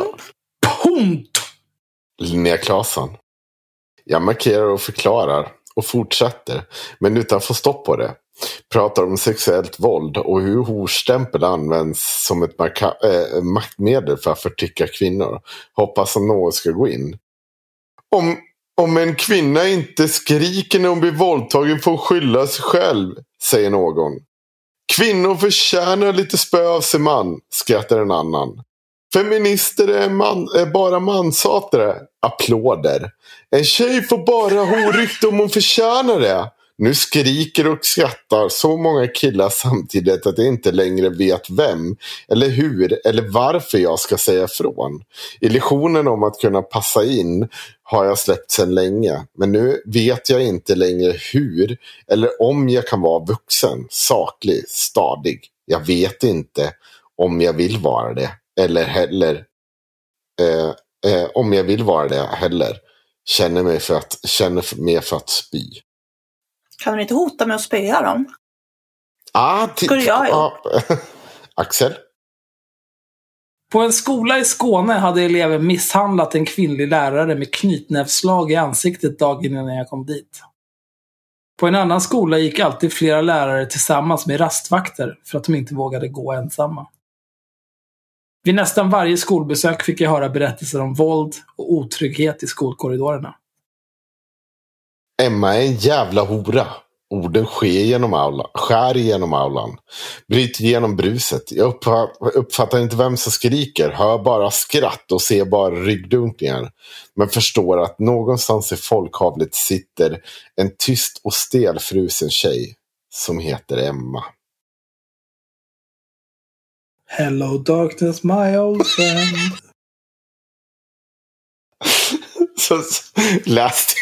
Punkt! Linnea Claesson. Jag markerar och förklarar och fortsätter, men utan att få stopp på det. Pratar om sexuellt våld och hur horstämpel används som ett marka- äh, maktmedel för att förtrycka kvinnor. Hoppas att någon ska gå in. Om, om en kvinna inte skriker när hon blir våldtagen får skylla sig själv, säger någon. Kvinnor förtjänar lite spö av sin man, skrattar en annan. Feminister är, man, är bara manshatare. Applåder. En tjej får bara horrykte om hon förtjänar det. Nu skriker och skrattar så många killar samtidigt att jag inte längre vet vem eller hur eller varför jag ska säga ifrån. Illusionen om att kunna passa in har jag släppt sedan länge. Men nu vet jag inte längre hur eller om jag kan vara vuxen, saklig, stadig. Jag vet inte om jag vill vara det. Eller heller eh, eh, om jag vill vara det heller. Känner mig för att, känner mig för att spy. Kan du inte hota med att spöa dem? Ah, t- Skulle jag ju. ah, Axel? På en skola i Skåne hade elever misshandlat en kvinnlig lärare med knytnävsslag i ansiktet dagen innan jag kom dit. På en annan skola gick alltid flera lärare tillsammans med rastvakter för att de inte vågade gå ensamma. Vid nästan varje skolbesök fick jag höra berättelser om våld och otrygghet i skolkorridorerna. Emma är en jävla hora. Orden sker genom aulan, skär genom aulan. Bryter genom bruset. Jag uppfattar, uppfattar inte vem som skriker. Hör bara skratt och ser bara ryggdunkningar. Men förstår att någonstans i folkhavlet sitter en tyst och stelfrusen tjej som heter Emma. Hello darkness my old friend. Så läste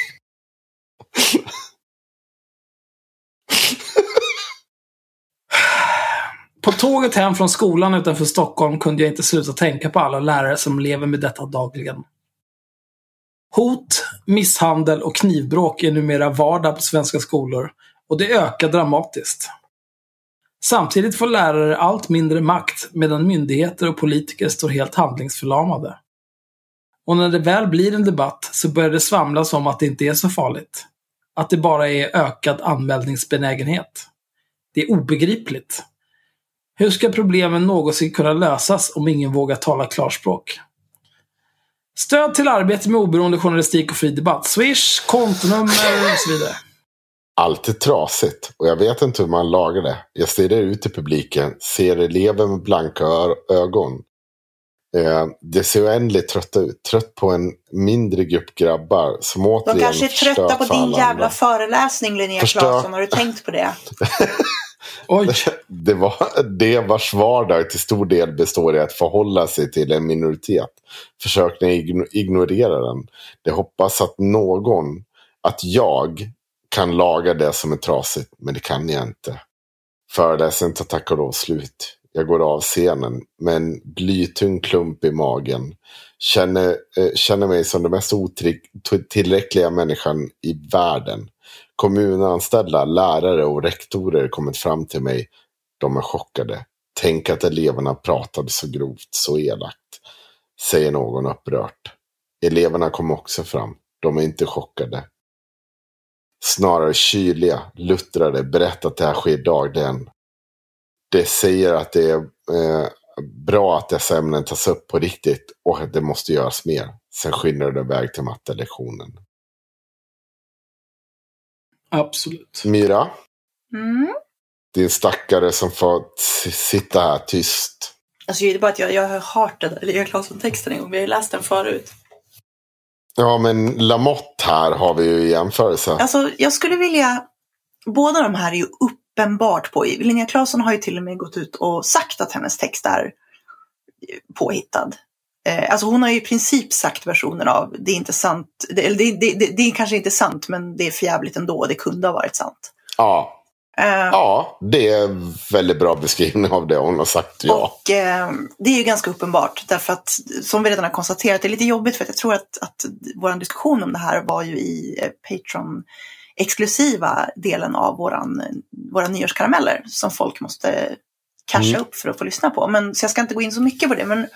På tåget hem från skolan utanför Stockholm kunde jag inte sluta tänka på alla lärare som lever med detta dagligen. Hot, misshandel och knivbråk är numera vardag på svenska skolor och det ökar dramatiskt. Samtidigt får lärare allt mindre makt medan myndigheter och politiker står helt handlingsförlamade. Och när det väl blir en debatt så börjar det svamlas om att det inte är så farligt. Att det bara är ökad anmälningsbenägenhet. Det är obegripligt. Hur ska problemen någonsin kunna lösas om ingen vågar tala klarspråk? Stöd till arbete med oberoende journalistik och fri debatt. Swish, kontonummer och så vidare. Allt är trasigt och jag vet inte hur man lagar det. Jag stirrar ut i publiken, ser elever med blanka ögon. Eh, det ser oändligt trötta ut. Trött på en mindre grupp grabbar som återigen De kanske är trötta på din jävla andra. föreläsning, Linnea Förstör... Claesson. Har du tänkt på det? Oj. Det var det vars vardag till stor del består i att förhålla sig till en minoritet. Försök ni ignorera den. Det hoppas att någon, att jag kan laga det som är trasigt, men det kan jag inte. Föreläsningen tar tack och lov slut. Jag går av scenen med en blytung klump i magen. Känner, eh, känner mig som den mest otillräckliga människan i världen. Kommunanställda, lärare och rektorer kommit fram till mig De är chockade. Tänk att eleverna pratade så grovt, så elakt, säger någon upprört. Eleverna kom också fram. De är inte chockade. Snarare kyliga, luttrade, berättar att det här sker dagligen. Det säger att det är eh, bra att dessa ämnen tas upp på riktigt och att det måste göras mer. Sen skyndar det iväg till mattelektionen. Absolut. Myra? Mm. Din stackare som får sitta här tyst. Alltså det är bara att jag, jag har hört den, eller jag har klarat texten en gång, vi har läst den förut. Ja, men Lamotte här har vi ju i jämförelse. Alltså jag skulle vilja, båda de här är ju uppenbart på. Linnea Claesson har ju till och med gått ut och sagt att hennes text är påhittad. Eh, alltså hon har ju i princip sagt versionen av det är inte sant, det, eller det, det, det, det är kanske inte sant, men det är förjävligt ändå, det kunde ha varit sant. Ja. Uh, ja, det är väldigt bra beskrivning av det hon har sagt, ja. Och eh, det är ju ganska uppenbart, därför att som vi redan har konstaterat, det är lite jobbigt för att jag tror att, att vår diskussion om det här var ju i eh, Patreon-exklusiva delen av våran, våra nyårskarameller som folk måste casha mm. upp för att få lyssna på. Men, så jag ska inte gå in så mycket på det, men,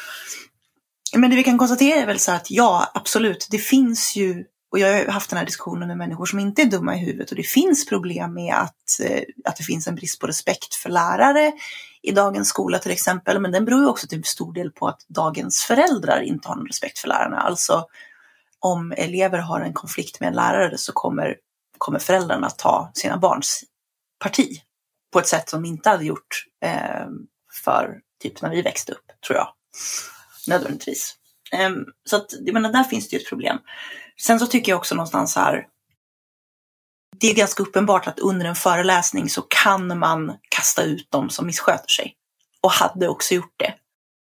men det vi kan konstatera är väl så att ja, absolut, det finns ju. Och jag har haft den här diskussionen med människor som inte är dumma i huvudet. Och det finns problem med att, att det finns en brist på respekt för lärare i dagens skola till exempel. Men den beror ju också till stor del på att dagens föräldrar inte har någon respekt för lärarna. Alltså om elever har en konflikt med en lärare så kommer, kommer föräldrarna ta sina barns parti. På ett sätt som de inte hade gjort eh, för typ när vi växte upp, tror jag. Nödvändigtvis. Eh, så att, jag menar, där finns det ju ett problem. Sen så tycker jag också någonstans här, det är ganska uppenbart att under en föreläsning så kan man kasta ut dem som missköter sig. Och hade också gjort det.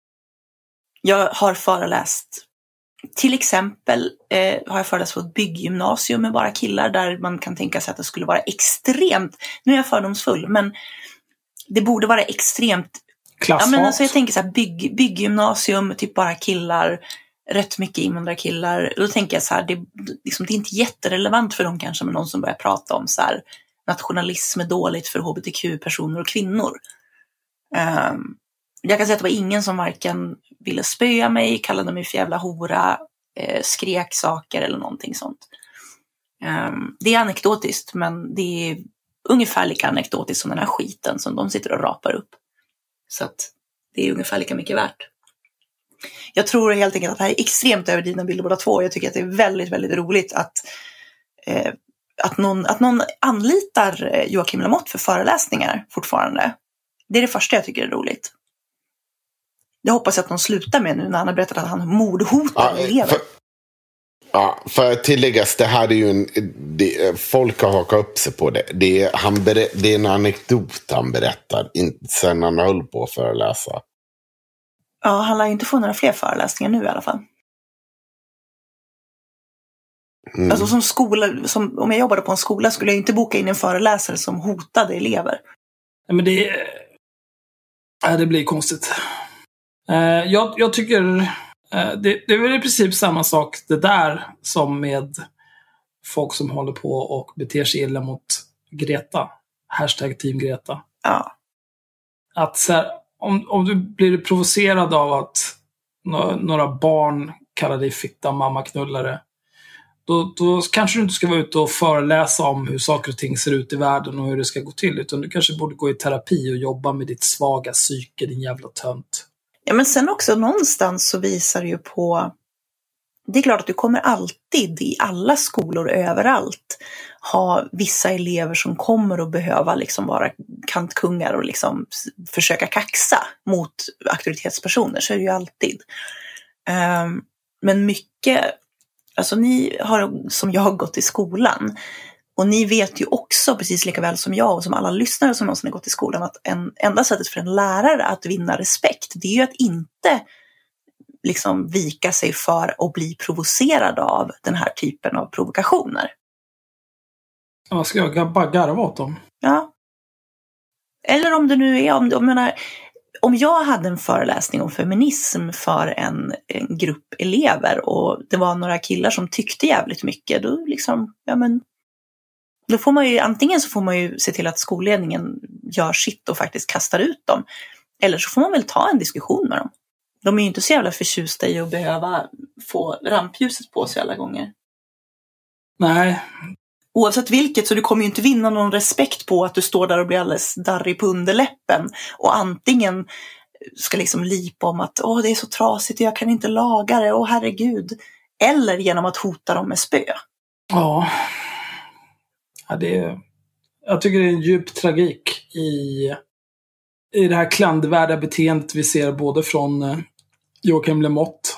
Jag har föreläst, till exempel eh, har jag föreläst på ett bygggymnasium med bara killar där man kan tänka sig att det skulle vara extremt, nu är jag fördomsfull, men det borde vara extremt klasshat. Ja, men alltså jag tänker så här, bygg, bygggymnasium, typ bara killar, rätt mycket invandrarkillar. Då tänker jag så här, det, liksom, det är inte jätterelevant för dem kanske med någon som börjar prata om så här, nationalism är dåligt för hbtq-personer och kvinnor. Um, jag kan säga att det var ingen som varken ville spöa mig, kallade mig för jävla hora, eh, skrek saker eller någonting sånt. Um, det är anekdotiskt, men det är ungefär lika anekdotiskt som den här skiten som de sitter och rapar upp. Så att det är ungefär lika mycket värt. Jag tror helt enkelt att det här är extremt överdrivna bilder båda två. Jag tycker att det är väldigt, väldigt roligt att, eh, att, någon, att någon anlitar Joakim Lamotte för föreläsningar fortfarande. Det är det första jag tycker är roligt. Jag hoppas att de slutar med nu när han har berättat att han mordhotar ja, elever. För, ja, för att tilläggas, det här är ju en... Det, folk har hakat upp sig på det. Det är, han berä, det är en anekdot han berättar, inte sen han höll på att föreläsa. Ja, han lär ju inte få några fler föreläsningar nu i alla fall. Mm. Alltså som skola, som, om jag jobbade på en skola skulle jag inte boka in en föreläsare som hotade elever. Nej, men det, äh, det blir konstigt. Uh, jag, jag tycker uh, det, det är väl i princip samma sak det där som med folk som håller på och beter sig illa mot Greta. Hashtag team Greta. Ja. Att så här, Om, om du blir provocerad av att några, några barn kallar dig fitta mammaknullare, då, då kanske du inte ska vara ute och föreläsa om hur saker och ting ser ut i världen och hur det ska gå till, utan du kanske borde gå i terapi och jobba med ditt svaga psyke, din jävla tönt. Ja, men sen också någonstans så visar det ju på, det är klart att du kommer alltid i alla skolor överallt ha vissa elever som kommer att behöva liksom vara kantkungar och liksom försöka kaxa mot auktoritetspersoner, så är det ju alltid. Um, men mycket, alltså ni har som jag har gått i skolan och ni vet ju också precis lika väl som jag och som alla lyssnare som någonsin har gått i skolan att en, enda sättet för en lärare att vinna respekt, det är ju att inte liksom vika sig för att bli provocerad av den här typen av provokationer. Ja, ska jag bara garva åt dem? Ja. Eller om det nu är, om, jag menar, om jag hade en föreläsning om feminism för en, en grupp elever och det var några killar som tyckte jävligt mycket, då liksom, ja men, Då får man ju, antingen så får man ju se till att skolledningen gör sitt och faktiskt kastar ut dem. Eller så får man väl ta en diskussion med dem. De är ju inte så jävla förtjusta i att behöva få rampljuset på sig alla gånger. Nej. Oavsett vilket, så du kommer ju inte vinna någon respekt på att du står där och blir alldeles darrig på underläppen. Och antingen ska liksom lipa om att åh, det är så trasigt och jag kan inte laga det, åh herregud. Eller genom att hota dem med spö. Ja. Ja, det är, jag tycker det är en djup tragik i, i det här klandervärda beteendet vi ser både från eh, Joakim Lamotte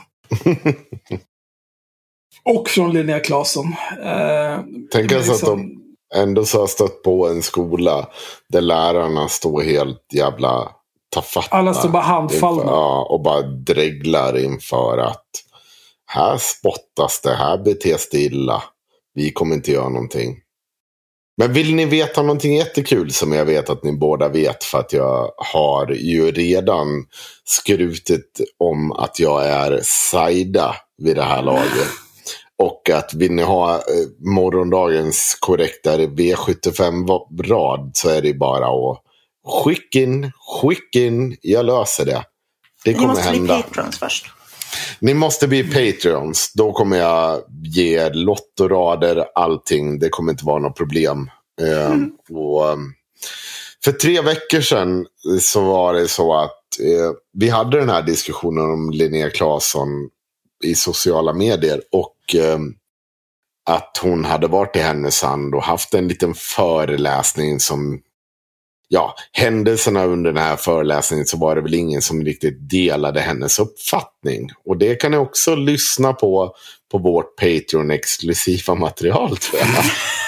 och från Linnea Claesson. Eh, Tänk alltså liksom... att de ändå så har stött på en skola där lärarna står helt jävla tafatta. Alla står bara handfallna. Inför, ja, och bara dreglar inför att här spottas det, här betes det illa. Vi kommer inte göra någonting. Men vill ni veta någonting jättekul som jag vet att ni båda vet, för att jag har ju redan skrutit om att jag är Saida vid det här laget. Och att vill ni ha eh, morgondagens korrektare V sjuttiofem-rad så är det bara att skicka in, skicka in, jag löser det. Det kommer hända. Ni måste bli patrons först. Ni måste bli patrons. Då kommer jag ge lottorader, allting. Det kommer inte vara något problem. Mm. Eh, och, för tre veckor sedan så var det så att eh, vi hade den här diskussionen om Linnea Claesson i sociala medier. Och eh, att hon hade varit i Härnösand och haft en liten föreläsning som... Ja, händelserna under den här föreläsningen så var det väl ingen som riktigt delade hennes uppfattning. Och det kan ni också lyssna på på vårt Patreon-exklusiva material, tror jag.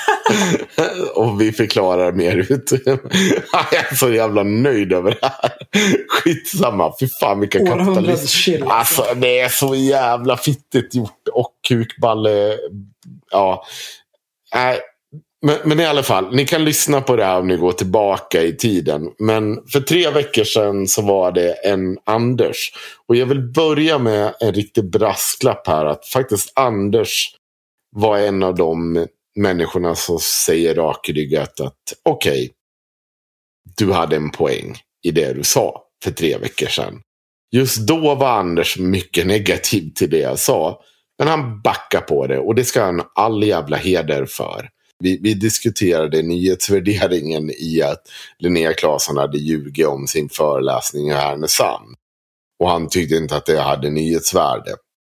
Och vi förklarar mer ut. Jag är så jävla nöjd över det här. Skitsamma, fy fan vilka kapitalister. Alltså, det är så jävla fittigt gjort. Och kukballe. Ja, nej. Men, men i alla fall, ni kan lyssna på det här om ni går tillbaka i tiden. Men för tre veckor sedan så var det en Anders. Och jag vill börja med en riktig brasklapp här. Att faktiskt Anders var en av de människorna som säger rakryggat att okej, okay, du hade en poäng i det du sa för tre veckor sedan. Just då var Anders mycket negativ till det jag sa. Men han backar på det, och det ska han all jävla heder för. Vi, vi diskuterade nyhetsvärderingen i att Linnea Claesson hade ljugit om sin föreläsning i Härnösand. Och han tyckte inte att det hade nyhetsvärde.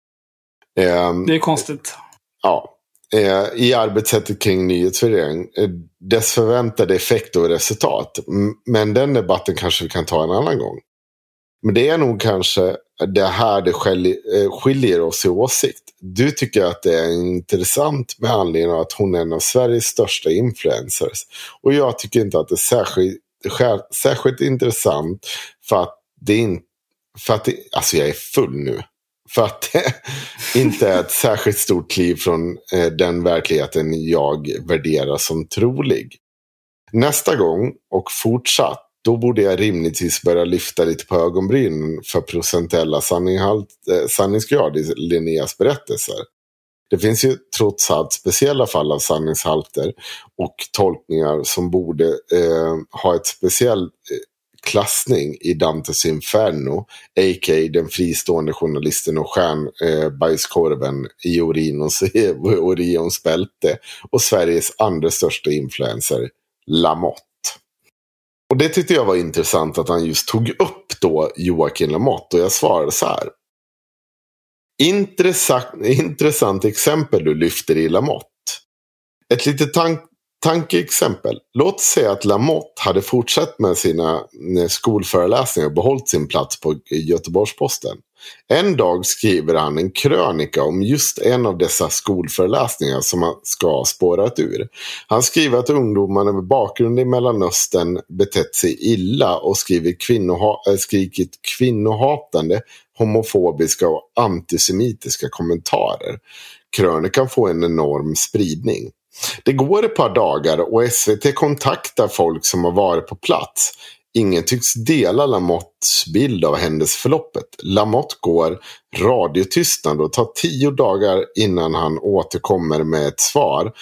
Eh, det är konstigt. Ja. Eh, I arbetssättet kring nyhetsvärdering. Eh, dess förväntade effekt och resultat. M- men den debatten kanske vi kan ta en annan gång. Men det är nog kanske det här det skiljer oss i åsikt. Du tycker att det är intressant med anledning av att hon är en av Sveriges största influencers. Och jag tycker inte att det är särskilt, särskilt intressant för att det inte... För att det, alltså jag är full nu. För att det inte är ett särskilt stort kliv från eh, den verkligheten jag värderar som trolig. Nästa gång och fortsatt, då borde jag rimligtvis börja lyfta lite på ögonbrynen för procentuella sanninghalt, eh, sanningsgrad i Linneas berättelser. Det finns ju trots allt speciella fall av sanningshalter och tolkningar som borde eh, ha ett speciell eh, klassning i Dantes Inferno, a k a den fristående journalisten och stjärnbajskorven eh, i Orions, Orions bälte och Sveriges andra största influencer, Lamotte. Och det tyckte jag var intressant att han just tog upp då Joakim Lamotte, och jag svarade så här. Intressant, intressant exempel du lyfter i Lamotte. Ett litet tank, tankeexempel. Låt säga att Lamotte hade fortsatt med sina skolföreläsningar och behållit sin plats på Göteborgs-Posten. En dag skriver han en krönika om just en av dessa skolföreläsningar som han ska ha spårat ur. Han skriver att ungdomarna med bakgrund i Mellanöstern betett sig illa och skriver kvinnoha- äh, skrikit kvinnohatande, homofobiska och antisemitiska kommentarer. Krönikan får en enorm spridning. Det går ett par dagar och S V T kontaktar folk som har varit på plats. Ingen tycks dela Lamottes bild av händelseförloppet. Lamotte går radiotystnad och tar tio dagar innan han återkommer med ett svar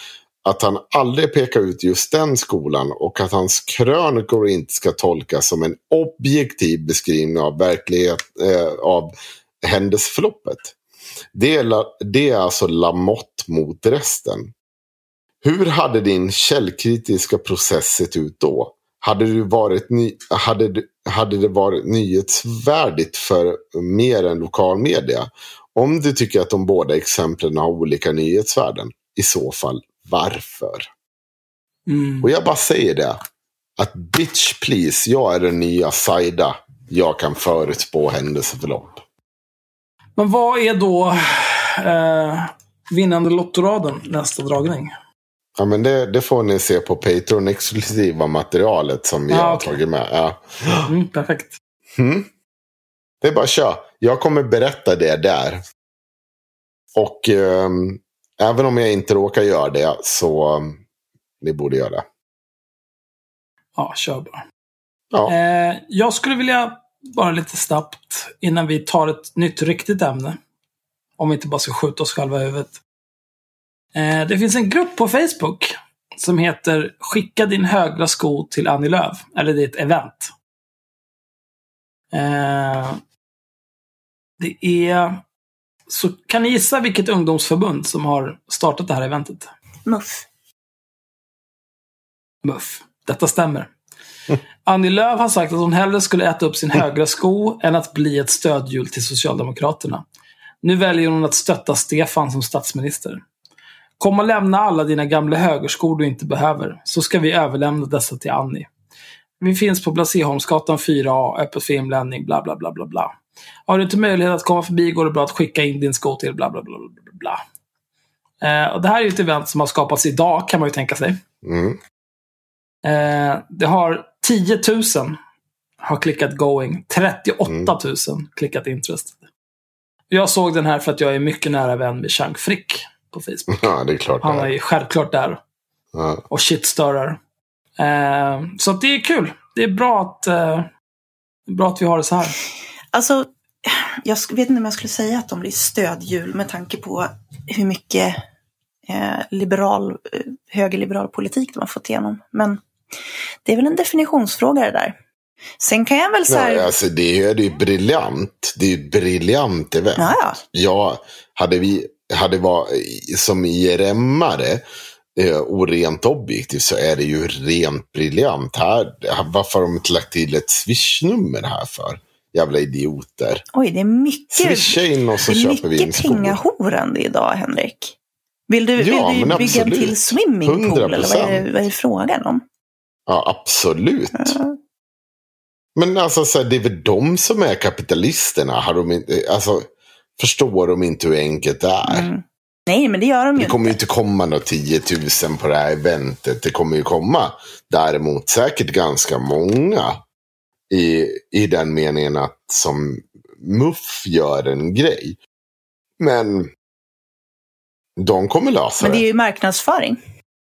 att han aldrig pekar ut just den skolan och att hans krönikor inte ska tolkas som en objektiv beskrivning av verklighet, eh, av händelseförloppet. Det är, la, det är alltså Lamotte mot resten. Hur hade din källkritiska process sett ut då? Hade, du varit ny, hade, du, hade det varit nyhetsvärdigt för mer än lokal media? Om du tycker att de båda exemplen har olika nyhetsvärden, i så fall varför? Mm. Och jag bara säger det, att bitch please, jag är den nya Saida. Jag kan förutspå händelseförlopp. Men vad är då eh, vinnande lottoraden nästa dragning? Ja, men det, det får ni se på Patreon-exklusiva materialet som jag ah, har okay. tagit med. Ja. Mm, perfekt. Mm. Det är bara att köra. Jag kommer berätta det där. Och eh, även om jag inte råkar göra det så um, ni borde göra det. Ja, kör bara. Ja. Eh, jag skulle vilja bara lite snabbt innan vi tar ett nytt riktigt ämne. Om vi inte bara ska skjuta oss själva i huvudet. Eh, det finns en grupp på Facebook som heter Skicka din högra sko till Annie Lööf. Eller det är ett event. Eh, det är... Så kan ni gissa vilket ungdomsförbund som har startat det här eventet? M U F. M U F. Detta stämmer. Annie Lööf har sagt att hon hellre skulle äta upp sin högra sko än att bli ett stödhjul till Socialdemokraterna. Nu väljer hon att stötta Stefan som statsminister. Kom och lämna alla dina gamla högerskor du inte behöver, så ska vi överlämna dessa till Annie. Vi finns på Blasieholmsgatan fyra A, öppet för inlämning, bla bla bla bla bla. Har du inte möjlighet att komma förbi går det bra att skicka in din sko till bla bla bla bla bla. Eh, och det här är ett event som har skapats idag, kan man ju tänka sig. Mm. Eh, det har tio tusen har klickat going, trettioåtta tusen mm. klickat interested. Jag såg den här för att jag är mycket nära vän med Chang Frick på Facebook. Ja, det är klart. Han är ju självklart där. Ja. Och shitstörar. Eh, så att det är kul. Det är bra att, eh, bra att vi har det så här. Alltså, jag vet inte om jag skulle säga att de blir stödhjul med tanke på hur mycket eh, liberal, högerliberal politik de har fått igenom. Men det är väl en definitionsfråga det där. Sen kan jag väl säga... Ja, alltså det är ju briljant. Det är ju briljant event. Ja, ja. Ja, hade vi hade varit som I R M-are eh, och rent objektivt så är det ju rent briljant. Här, varför har de inte lagt till ett Swish-nummer här för? Jävla idioter. Oj, det är mycket, Swisha in och så det är köper vi mycket pengahorande idag, Henrik. Vill du, ja, vill du bygga en till swimmingpool eller vad är, vad är frågan om? Ja, absolut. Ja. Men alltså, så här, det är väl de som är kapitalisterna. Har de inte, alltså, förstår de inte hur enkelt det är? Mm. Nej, men det gör de ju Det kommer inte. ju inte komma några tio tusen på det här eventet. Det kommer ju komma däremot säkert ganska många. I, I den meningen att som M U F gör en grej. Men de kommer lösa det. Men det är ju marknadsföring.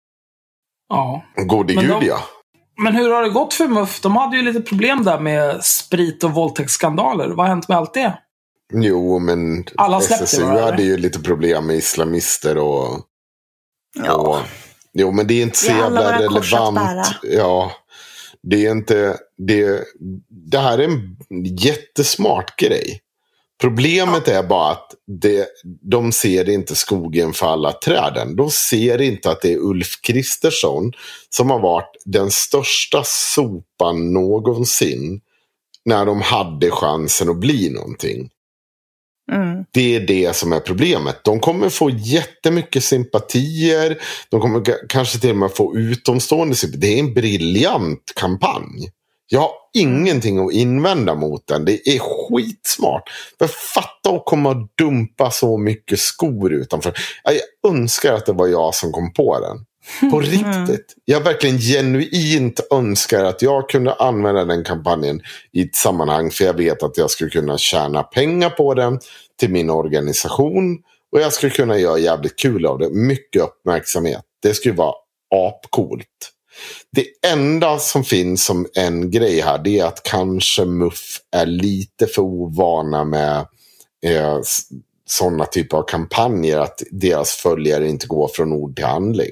Ja. Gode gud, de, ja. Men hur har det gått för M U F? De hade ju lite problem där med sprit- och våldtäktsskandaler. Vad har hänt med allt det? Jo, men alla S S U det, hade ju lite problem med islamister och... Ja. Och, jo, men det är inte så jävla relevant. Ja, det är inte... Det, det här är en jättesmart grej. Problemet ja. är bara att det, de ser inte skogen för alla träden. De ser inte att det är Ulf Kristersson som har varit den största sopan någonsin när de hade chansen att bli någonting. Mm. Det är det som är problemet. De kommer få jättemycket sympatier. De kommer k- kanske till och med få utomstående sympatier. Det är en briljant kampanj. Jag har ingenting att invända mot den. Det är skitsmart. För fatta att komma och dumpa så mycket skor utanför. Jag önskar att det var jag som kom på den. På riktigt. Jag verkligen genuint önskar att jag kunde använda den kampanjen i ett sammanhang. För jag vet att jag skulle kunna tjäna pengar på den till min organisation. Och jag skulle kunna göra jävligt kul av det. Mycket uppmärksamhet. Det skulle vara apcoolt. Det enda som finns som en grej här, det är att kanske M U F är lite för ovana med eh, sådana typer av kampanjer, att deras följare inte går från ord till handling.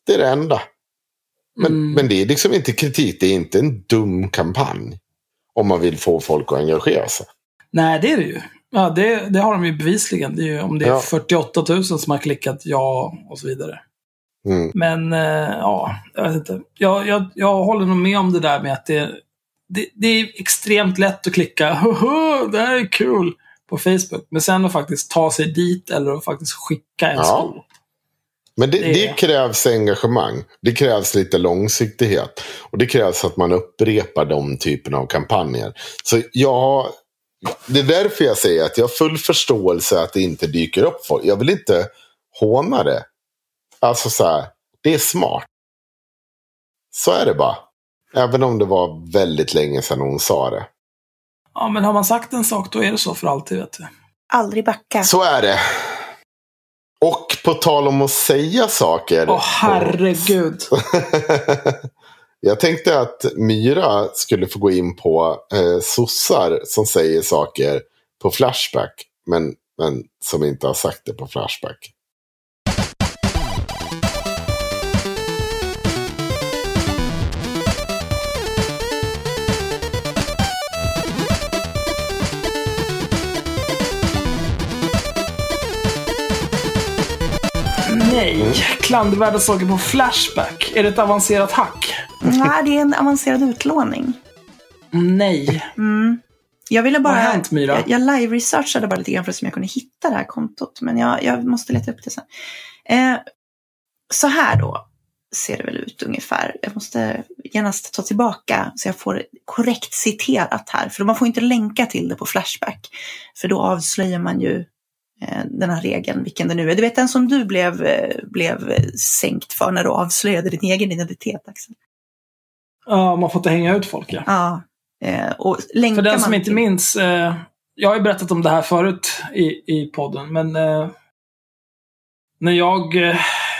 Det är det enda. Men, Mm. men det är liksom inte kritik. Det är inte en dum kampanj. Om man vill få folk att engagera sig. Nej, det är det ju. Ja, det, det har de ju bevisligen. Det är ju, om det är Ja. fyrtioåtta tusen som har klickat ja och så vidare. Mm. Men eh, ja, jag vet inte. Jag, jag, jag håller nog med om det där med att det, det, det är extremt lätt att klicka Hoho, det här är kul på Facebook. Men sen att faktiskt ta sig dit eller att faktiskt skicka en Ja. skol. Men det, Det- det krävs engagemang. Det krävs lite långsiktighet. Och det krävs att man upprepar de typerna av kampanjer. Så jag, det är därför jag säger att jag har full förståelse att det inte dyker upp folk. Jag vill inte håna det. Alltså så här, det är smart. Så är det bara. Även om det var väldigt länge sedan hon sa det. Ja, men har man sagt en sak då är det så för alltid, vet du. Aldrig backa. Så är det. Och på tal om att säga saker. Åh, herregud. Jag tänkte att Myra skulle få gå in på eh, sossar som säger saker på Flashback. Men, men som inte har sagt det på Flashback. Nej, klandervärda saker på Flashback. Är det ett avancerat hack? Nej, det är en avancerad utlåning. Nej. Mm. Jag ville bara... Vad har hänt, Myra? Jag, jag live-researchade bara lite grann för att se om jag kunde hitta det här kontot. Men jag, jag måste leta upp det sen. Eh, så här då ser det väl ut ungefär. Jag måste genast ta tillbaka så jag får korrekt citerat här. För man får inte länka till det på Flashback. För då avslöjar man ju eh, den här regeln, vilken det nu är. Du vet den som du blev, eh, blev sänkt för när du avslöjade din egen identitet, Axel. Ja, man får inte hänga ut folk, ja. Ja. Eh, och länkar För den som man inte till... minns, eh, jag har ju berättat om det här förut i, i podden, men eh, när jag eh,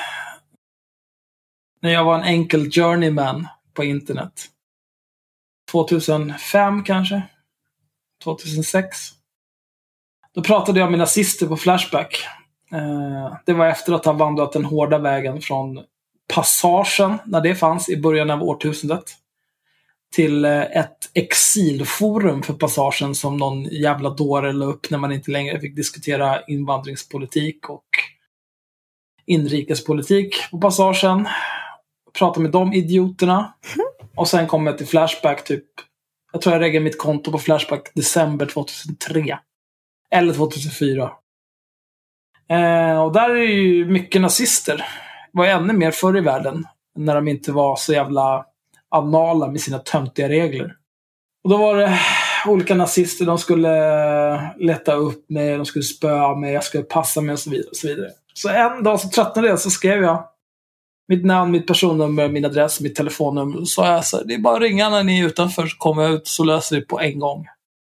när jag var en enkel journeyman på internet tjugohundrafem kanske tjugohundrasex, då pratade jag med nazister på Flashback. Eh, det var efter att ha vandrat den hårda vägen från Passagen, när det fanns i början av årtusendet, till ett exilforum för Passagen som någon jävla dåre la upp när man inte längre fick diskutera invandringspolitik och inrikespolitik på Passagen. Prata med de idioterna. Och sen kom jag till Flashback typ, jag tror jag reggade mitt konto på Flashback december tjugohundratre. Eller tjugohundrafyra. Eh, och där är ju mycket nazister. Det var ännu mer förr i världen. När de inte var så jävla anala med sina töntiga regler. Och då var det olika nazister, de skulle leta upp mig, de skulle spöa mig, jag skulle passa mig och så vidare. Och så, vidare. Så en dag så tröttnade jag, så skrev jag mitt namn, mitt personnummer, min adress, mitt telefonnummer. Och så sa jag så här, det är bara att ringa när ni är utanför, så kommer jag ut så löser vi på en gång.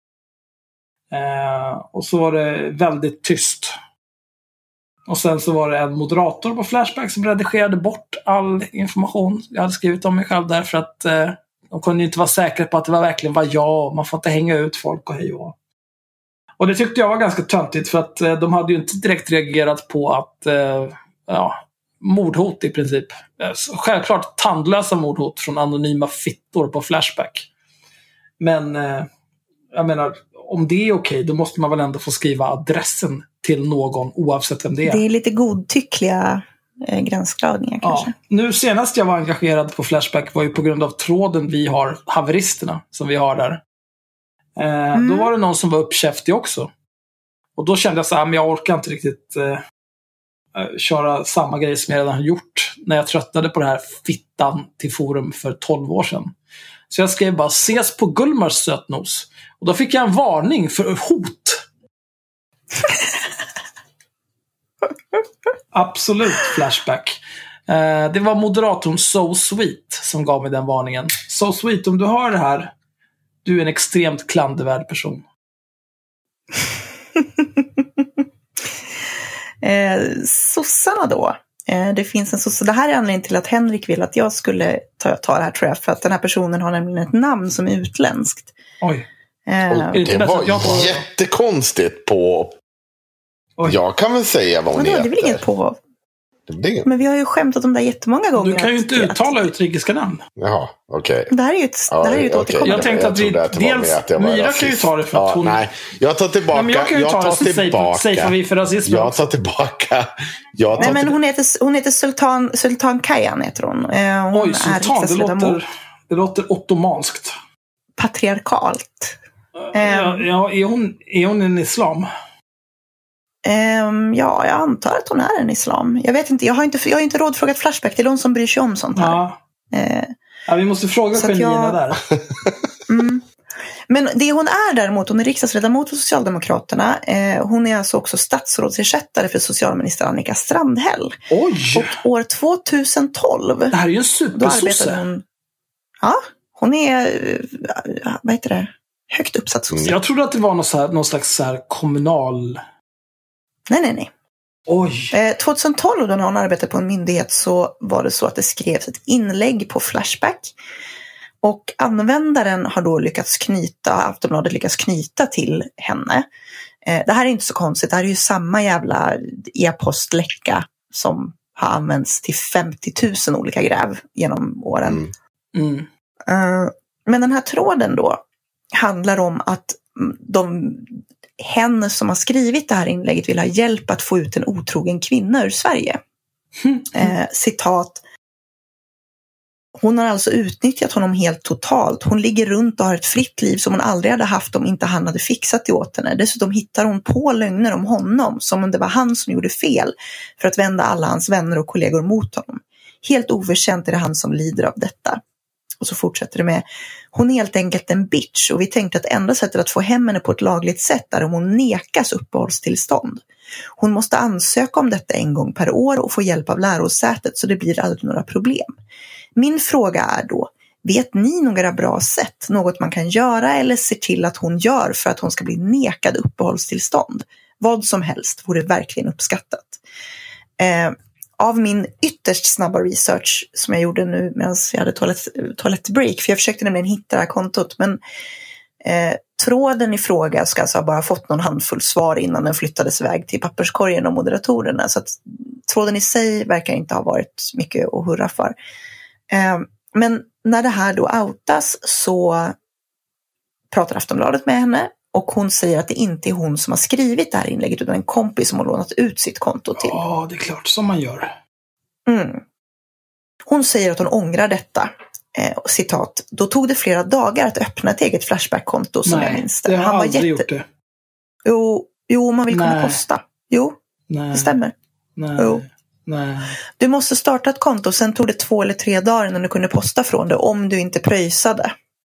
Eh, och så var det väldigt tyst. Och sen så var det en moderator på Flashback som redigerade bort all information jag hade skrivit om mig själv, därför att eh, de kunde ju inte vara säkra på att det var verkligen var jag. Man får inte hänga ut folk och hej och. Och det tyckte jag var ganska töntigt, för att eh, de hade ju inte direkt reagerat på att eh, ja, mordhot i princip. Självklart tandlösa mordhot från anonyma fittor på Flashback. Men eh, jag menar, om det är okej, då måste man väl ändå få skriva adressen till någon oavsett vem det är. Det är lite godtyckliga eh, gränsdragningar kanske. Ja. Nu senast jag var engagerad på Flashback var ju på grund av tråden vi har, haveristerna som vi har där. Eh, mm. Då var det någon som var uppkäftig också. Och då kände jag så här, men jag orkar inte riktigt eh, köra samma grej som jag redan har gjort när jag tröttnade på det här fittan till forum för tolv år sedan. Så jag skrev bara, ses på Gullmars sötnos. Och då fick jag en varning för hot. Absolut Flashback. Eh, det var moderatorn So Sweet som gav mig den varningen. So Sweet, om du hör det här, du är en extremt klandervärd person. eh, sossarna då. Eh, det finns en sossa. Det här är anledningen till att Henrik vill att jag skulle ta, ta det här, tror jag. För att den här personen har nämligen ett namn som är utländskt. Oj. Eh, det, det var jag får... jättekonstigt på... Oj. Jag kan väl säga vad hon heter. heter. Det är väl inget på... Det... Men vi har ju skämtat om det jättemånga gånger. Du kan ju inte uttala utrikiska namn. Jaha, okej. Okay. Det här är ju ett, ja, det här är ju ett okay. återkommande. Jag tänkte att vi... Att dels, att Mira kan ju ta det för att ja, hon... Nej, jag tar tillbaka. Nej, jag kan ju jag ta tar det tillbaka. Säger vi för rasism. Jag tar tillbaka. Jag tar nej, men till... hon heter, hon heter Sultan, Sultan Kayan heter hon. Hon Oj, Sultan, det låter, det låter ottomanskt. Patriarkalt. Ja, ja, är, hon, är hon en islam? Um, ja, jag antar att hon är en islam. Jag vet inte, jag har inte, jag har inte rådfrågat Flashback. Det är de som bryr sig om sånt här. Ja, uh, ja vi måste fråga genierna jag... där. mm. Men det hon är däremot, hon är riksdagsledamot för Socialdemokraterna. Uh, hon är alltså också statsrådsersättare för socialminister Annika Strandhäll. Oj! Och år tjugotolv... Det här är ju en supersosse. Hon, ja, hon är, uh, vad heter det? Högt uppsatt sosse. Jag trodde att det var någon, så här, någon slags så här kommunal... Nej, nej, nej. Oj. Eh, tjugotolv då när hon arbetade på en myndighet så var det så att det skrevs ett inlägg på Flashback. Och användaren har då lyckats knyta, Aftonbladet lyckats knyta till henne. Eh, det här är inte så konstigt, det här är ju samma jävla e-postläcka som har använts till femtio tusen olika gräv genom åren. Mm. Mm. Eh, men den här tråden då handlar om att de... hen som har skrivit det här inlägget vill ha hjälp att få ut en otrogen kvinna ur Sverige. Mm. Eh, citat. Hon har alltså utnyttjat honom helt totalt. Hon ligger runt och har ett fritt liv som hon aldrig hade haft om inte han hade fixat det åt henne. Dessutom hittar hon på lögner om honom som om det var han som gjorde fel för att vända alla hans vänner och kollegor mot honom. Helt oförtjänt är det han som lider av detta. Och så fortsätter det med, hon är helt enkelt en bitch och vi tänkte att enda sättet att få hem henne på ett lagligt sätt är om hon nekas uppehållstillstånd. Hon måste ansöka om detta en gång per år och få hjälp av lärosätet så det blir aldrig några problem. Min fråga är då, vet ni några bra sätt, något man kan göra eller ser till att hon gör för att hon ska bli nekad uppehållstillstånd? Vad som helst vore verkligen uppskattat. Eh, Av min ytterst snabba research som jag gjorde nu medan jag hade toalett, toalettbreak, för jag försökte nämligen hitta det här kontot, men eh, tråden i fråga ska alltså ha bara fått någon handfull svar innan den flyttades iväg till papperskorgen och moderatorerna, så att tråden i sig verkar inte ha varit mycket att hurra för. Eh, men när det här då outas så pratar Aftonbladet med henne. Och hon säger att det inte är hon som har skrivit det här inlägget utan en kompis som har lånat ut sitt konto till. Ja, det är klart som man gör. Mm. Hon säger att hon ångrar detta. Eh, citat. Då tog det flera dagar att öppna ett eget Flashback-konto som Nej, jag minns det. Nej, jag har Han var aldrig jätte... gjort det. Jo, jo, man vill Nej. kunna posta. Jo, Nej. det stämmer. Nej. Jo. Nej. Du måste starta ett konto, sen tog det två eller tre dagar innan du kunde posta från det om du inte pröjsade.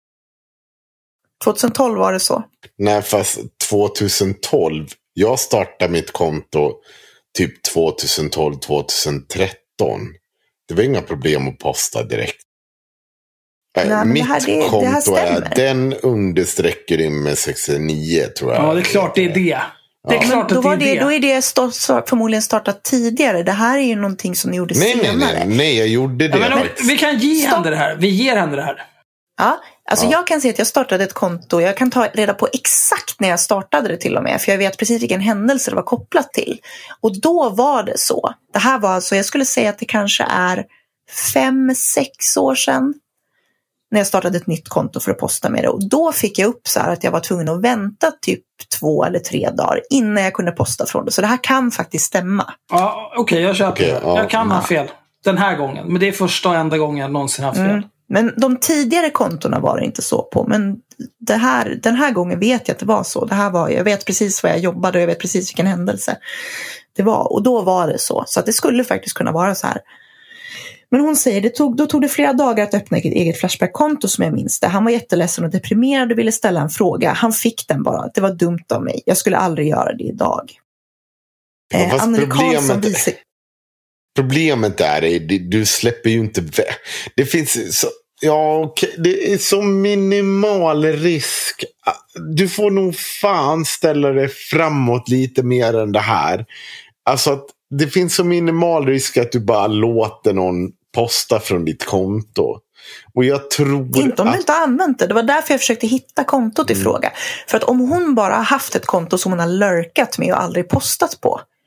tjugotolv var det så. Nej, fast tjugotolv. Jag startade mitt konto typ tjugotolv tjugotretton. Det var inga problem att posta direkt. Nej, mitt det här, det, konto det här stämmer. är den understrecker in med sextionio tror jag. Ja, det är klart det är det. Det är Ja. klart då, att det var är det, det. då är det start, förmodligen startat tidigare. Det här är ju någonting som ni gjorde Nej, senare. nej, nej, nej, jag gjorde det Ja, men, faktiskt. vi kan ge Stopp. henne det här. Vi ger henne det här. Ja, alltså Ja. jag kan se att jag startade ett konto. Jag kan ta reda på exakt när jag startade det till och med. För jag vet precis vilken händelse det var kopplat till. Och då var det så. Det här var alltså, jag skulle säga att det kanske är fem, sex år sedan. När jag startade ett nytt konto för att posta med det. Och då fick jag upp så här att jag var tvungen att vänta typ två eller tre dagar innan jag kunde posta från det. Så det här kan faktiskt stämma. Ja, okej, okay, jag köper Okej, det. ja. Jag kan ha Ja. fel. Den här gången. Men det är första och enda gången jag någonsin haft fel. Mm. Men de tidigare kontona var det inte så på. Men det här, den här gången vet jag att det var så. Det här var, jag vet precis vad jag jobbade och jag vet precis vilken händelse det var. Och då var det så. Så att det skulle faktiskt kunna vara så här. Men hon säger, det tog, då tog det flera dagar att öppna ett eget Flashback-konto som jag minns det. Han var jätteledsen och deprimerad och ville ställa en fråga. Han fick den bara. Det var dumt av mig. Jag skulle aldrig göra det idag. Ja, Eh, fast Anneli problemet- Karlsson visar... Problemet är att du släpper ju inte vä- det finns så, ja, okej, det är så minimal risk. Du får nog fan ställa dig framåt lite mer än det här. Alltså att det finns så minimal risk att du bara låter någon posta från ditt konto. Och jag tror Inte om att... du inte har använt det. Det var därför jag försökte hitta kontot i fråga. För att om hon bara har haft ett konto som hon har lurkat med och aldrig postat på.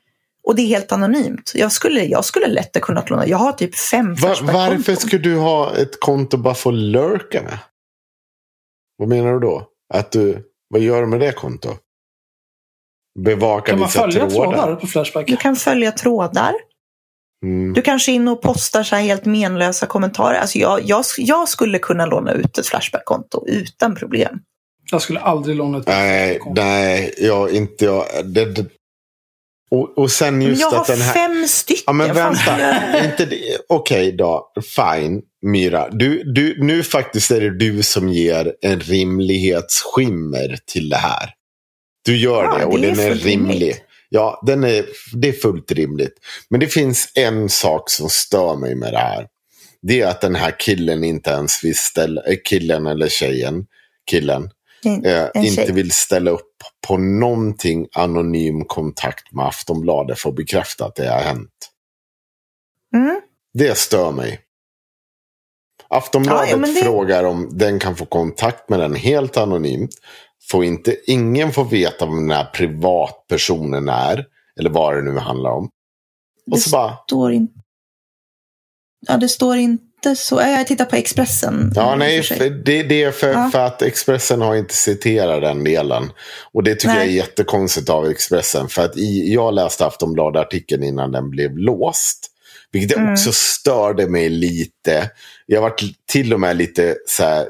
Och det är helt anonymt. Jag skulle, jag skulle lätt kunna låna. Jag har typ fem Va, Varför skulle du ha ett konto bara för att lurka med? Vad menar du då? Att du, vad gör du med det konto? Bevaka kan man vissa följa trådar? trådar på Flashback? Du kan följa trådar. Mm. Du kanske in och postar så här helt menlösa kommentarer. Alltså jag, jag, jag skulle kunna låna ut ett Flashback-konto utan problem. Jag skulle aldrig låna ut ett Nej, nej, jag inte jag. Det, det. Och, och sen just jag att den här... har fem stycken. Ja, men vänta. inte det. Okej då, fine, Myra. Du, du, nu faktiskt är det du som ger en rimlighetsskimmer till det här. Du gör ja, det och det den är, är rimlig. rimligt. Ja, den är, det är fullt rimligt. Men det finns en sak som stör mig med det här. Det är att den här killen inte ens vill ställa... Killen eller tjejen. Killen. En, eh, en inte tjej. vill ställa upp på någonting anonym kontakt med Aftonbladet för att bekräfta att det har hänt. Mm. Det stör mig. Aftonbladet ja, ja, men det... frågar om den kan få kontakt med den helt anonymt. Får inte, ingen får veta vem den här privatpersonen är. Eller vad det nu handlar om. Och det så bara... står inte... Ja, det står inte så... Jag tittar på Expressen. Ja, nej, för det, det är för, ja. för att Expressen har inte citerat den delen. Och det tycker nej. jag är jättekonstigt av Expressen. För att i, jag läste Aftonbladet-artikeln innan den blev låst. Vilket mm. också störde mig lite. Jag var till och med lite så här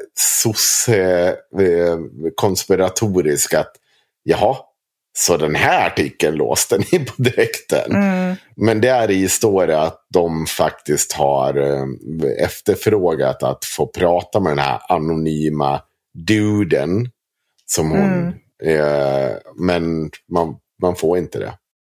konspiratorisk att jaha, så den här artikeln låste ni på direkten. Mm. Men det är i historia att de faktiskt har efterfrågat att få prata med den här anonyma duden som hon mm. eh, men man, man får inte det.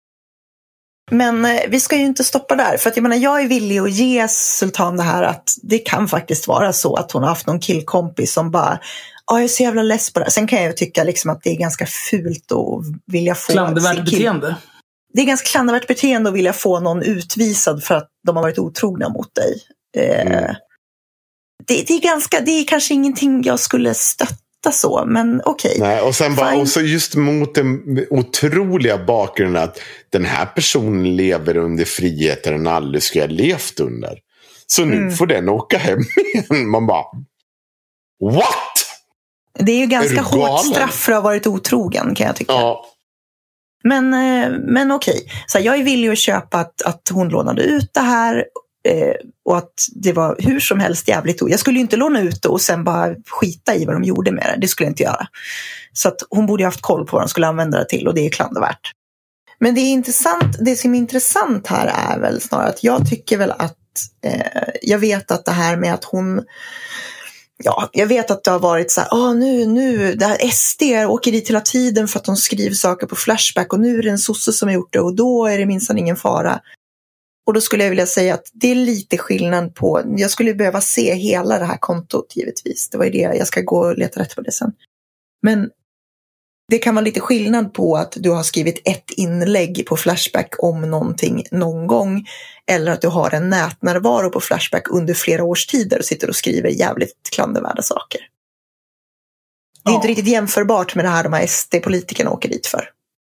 Men eh, vi ska ju inte stoppa där. För att jag menar, jag är villig att ge Sultan det här att det kan faktiskt vara så att hon har haft någon killkompis som bara, ja jag är så jävla less på det. Sen kan jag ju tycka liksom att det är ganska fult att vilja få... Klandervärt beteende. Det är ganska klandervärt beteende att vilja få någon utvisad för att de har varit otrogna mot dig. Eh, mm. det, det är ganska, det är kanske ingenting jag skulle stötta så, men okej. Okay. Nej, och sen bara, och så just mot den otroliga bakgrunden att den här personen lever under friheter den aldrig skulle ha levt under. Så nu mm. får den åka hem igen. Man bara, what? Det är ju ganska är hårt straff för att ha varit otrogen, kan jag tycka. Ja. Men, men okej, så jag är villig att köpa att, att hon lånade ut det här eh, och att det var hur som helst jävligt. Jag skulle ju inte låna ut det och sen bara skita i vad de gjorde med det. Det skulle jag inte göra. Så att hon borde ha haft koll på vad de skulle använda det till och det är klandervärt. Men det är intressant, det som är intressant här är väl snarare att jag tycker väl att eh, jag vet att det här med att hon... Ja, jag vet att det har varit så här, ah, nu, nu, det här S D åker dit hela tiden för att de skriver saker på Flashback och nu är det en sosse som har gjort det och då är det minsann ingen fara. Och då skulle jag vilja säga att det är lite skillnad på, jag skulle behöva se hela det här kontot givetvis. Det var ju det, jag ska gå och leta rätt på det sen. Men det kan vara lite skillnad på att du har skrivit ett inlägg på Flashback om någonting någon gång eller att du har en nätnärvaro på Flashback under flera års tider och sitter och skriver jävligt klandervärda saker. Det är ja. inte riktigt jämförbart med det här de här S D-politikerna åker dit för.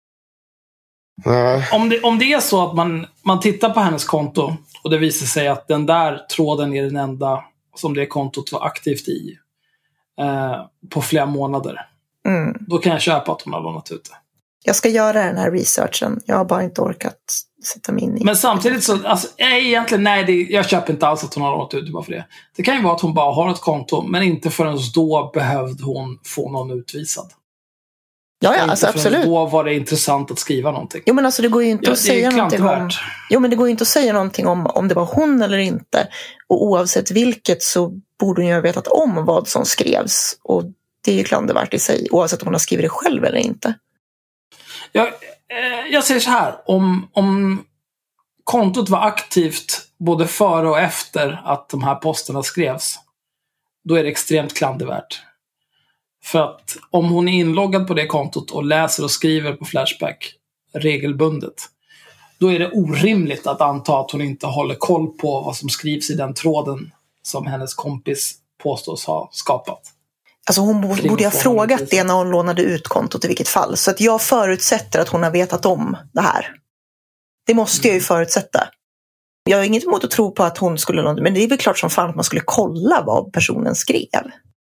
Mm. Om, det, om det är så att man, man tittar på hennes konto och det visar sig att den där tråden är den enda som det kontot var aktivt i eh, på flera månader. Mm. Då kan jag köpa att hon har lånat ut det. Jag ska göra den här researchen. Jag har bara inte orkat sätta mig in i. Men samtidigt så, alltså, egentligen, nej, det, jag köper inte alls att hon har lånat ut det bara för det. Det kan ju vara att hon bara har ett konto, men inte förrän då behövde hon få någon utvisad. Ja, ja, alltså absolut. Då var det intressant att skriva någonting. Jo, men alltså det går ju inte ja, att säga någonting om... Jo, men det går ju inte att säga någonting om om det var hon eller inte. Och oavsett vilket så borde hon ju ha vetat om vad som skrevs. Och det är ju klandervärt i sig, oavsett om hon har skrivit det själv eller inte. Jag, eh, jag säger så här, om, om kontot var aktivt både före och efter att de här posterna skrevs, då är det extremt klandervärt. För att om hon är inloggad på det kontot och läser och skriver på Flashback regelbundet, då är det orimligt att anta att hon inte håller koll på vad som skrivs i den tråden som hennes kompis påstås ha skapat. Alltså hon borde, borde ha frågat det när hon lånade ut kontot i vilket fall. Så att jag förutsätter att hon har vetat om det här. Det måste jag ju förutsätta. Jag har inget emot att tro på att hon skulle, men det är väl klart som fan att man skulle kolla vad personen skrev.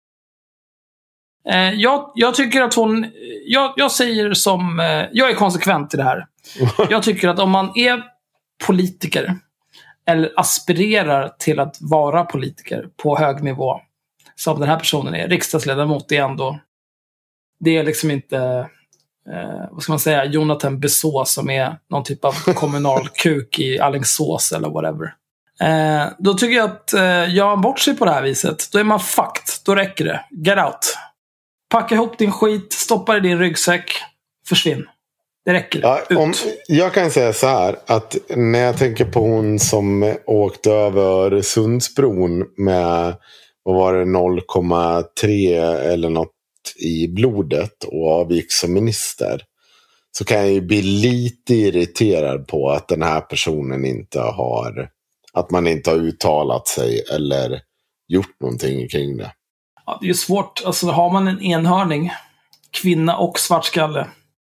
Eh, jag, jag tycker att hon, jag, jag säger som, eh, jag är konsekvent i det här. Jag tycker att om man är politiker eller aspirerar till att vara politiker på hög nivå, som den här personen är, riksdagsledamot, är ändå, det är liksom inte, eh, vad ska man säga, Jonathan Beså som är någon typ av kommunal kuk i Alingsås eller whatever. Eh, då tycker jag att eh, gör man bort sig på det här viset, då är man fucked, då räcker det. Get out. Packa ihop din skit, stoppa i din ryggsäck, försvinn. Det räcker. Ja, om, jag kan säga så här, att när jag tänker på hon som åkte över Öresundsbron med, vad var det, noll komma tre eller något i blodet och avgick som minister, så kan jag ju bli lite irriterad på att den här personen inte har, att man inte har uttalat sig eller gjort någonting kring det. Ja, det är ju svårt. Alltså, har man en enhörning, kvinna och svartskalle,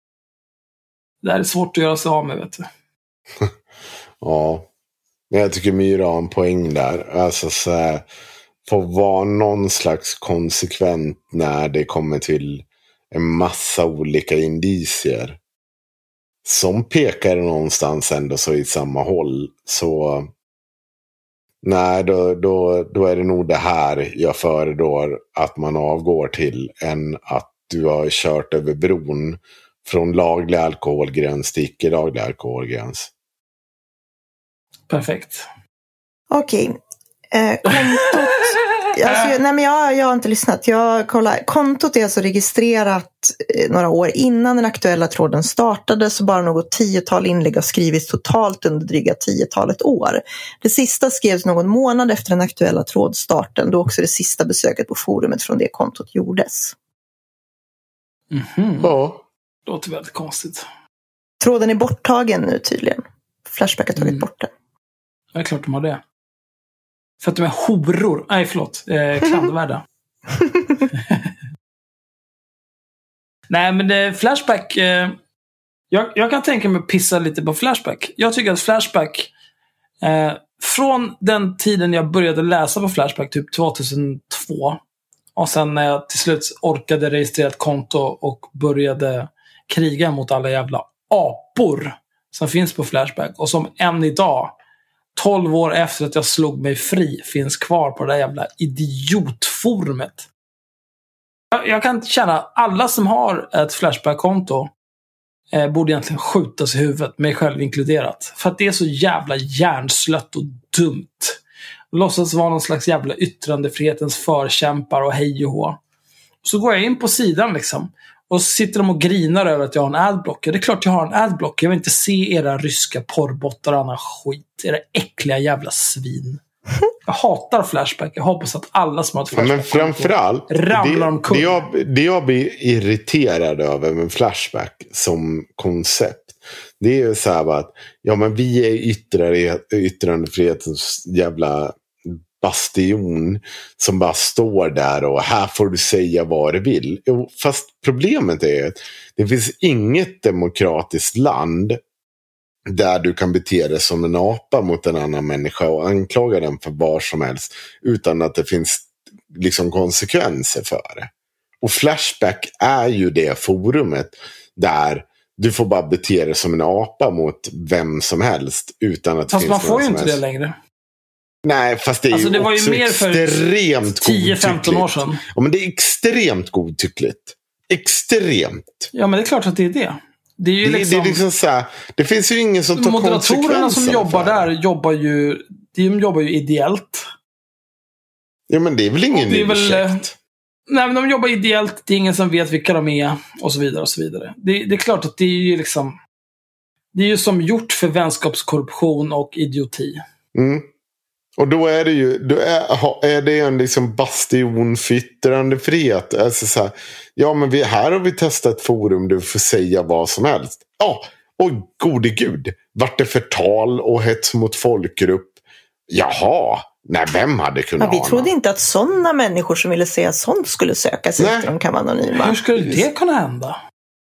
det här är svårt att göra sig av med, vet du. Ja, men jag tycker Myra har en poäng där. Alltså så här, få vara någon slags konsekvent när det kommer till en massa olika indicier som pekar någonstans ändå så i samma håll. Så nej, då, då, då är det nog det här jag föredrar att man avgår till, än att du har kört över bron från laglig alkoholgräns till icke-laglig alkoholgräns. Perfekt. Okej. Eh, kontot... Alltså, nej men jag, jag har inte lyssnat. Jag kollar. Kontot är alltså registrerat eh, några år innan den aktuella tråden startade, så bara något tiotal inlägg har skrivits totalt under dryga tiotalet år. Det sista skrevs någon månad efter den aktuella trådstarten, då också det sista besöket på forumet från det kontot gjordes. Mhm. Ja. Det låter väldigt konstigt. Tråden är borttagen nu tydligen. Flashback har tagit Mm. bort den. Det är klart de har det. För att de är horor. Nej, förlåt. Eh, klandervärda. Nej, men det, Flashback... Eh, jag, jag kan tänka mig att pissa lite på Flashback. Jag tycker att Flashback... Eh, från den tiden jag började läsa på Flashback, typ tvåtusentvå. Och sen när jag till slut orkade registrera ett konto och började kriga mot alla jävla apor som finns på Flashback. Och som än idag, tolv år efter att jag slog mig fri, finns kvar på det där jävla idiotforumet. Jag, jag kan känna, alla som har ett Flashback-konto eh, borde egentligen skjutas i huvudet, mig själv inkluderat. För att det är så jävla hjärnslött och dumt. Låtsas vara någon slags jävla yttrandefrihetens förkämpar och hej och hå. Så går jag in på sidan liksom, och sitter de och grinar över att jag har en adblocker. Det är klart jag har en adblocker. Jag vill inte se era ryska porrbottar och annan skit. Era äckliga jävla svin. Jag hatar Flashback. Jag hoppas att alla som har ett Flashback, men framförallt ramlar det, omkull. det, jag, det jag blir irriterad över med Flashback som koncept, det är ju så här att ja, men vi är yttrare, yttrandefrihetens jävla bastion som bara står där och här får du säga vad du vill. Fast problemet är att det finns inget demokratiskt land där du kan bete dig som en apa mot en annan människa och anklaga den för vad som helst utan att det finns liksom konsekvenser för det. Och Flashback är ju det forumet där du får bara bete dig som en apa mot vem som helst utan att fast det finns man får ju inte helst. det längre. Nej, fast det är alltså, ju det var ju också mer för extremt tio femton år sedan. Ja, men det är extremt godtyckligt. Extremt. Ja, men det är klart att det är det. Det är ju det, liksom... det, är liksom så här, det finns ju ingen som tar konsekvenserna. Moderatorerna som jobbar där jobbar ju, de jobbar ju ideellt. Ja, men det är väl ingen det är väl, ursäkt. Nej, men de jobbar ideellt. Det är ingen som vet vilka de är. Och så vidare och så vidare. Det, det är klart att det är ju liksom... Det är ju som gjort för vänskapskorruption och idioti. Mm. Och då är det ju då är, är det en liksom bastion för yttrandefrihet. Alltså så här, ja, men vi, här har vi testat ett forum där du får säga vad som helst. Ja, och gode gud. Vart det förtal och hets mot folkgrupp? Jaha, nej, vem hade kunnat ja, vi trodde inte att sådana människor som ville säga sånt skulle söka sig efter de kan vara anonyma. Hur skulle det kunna hända?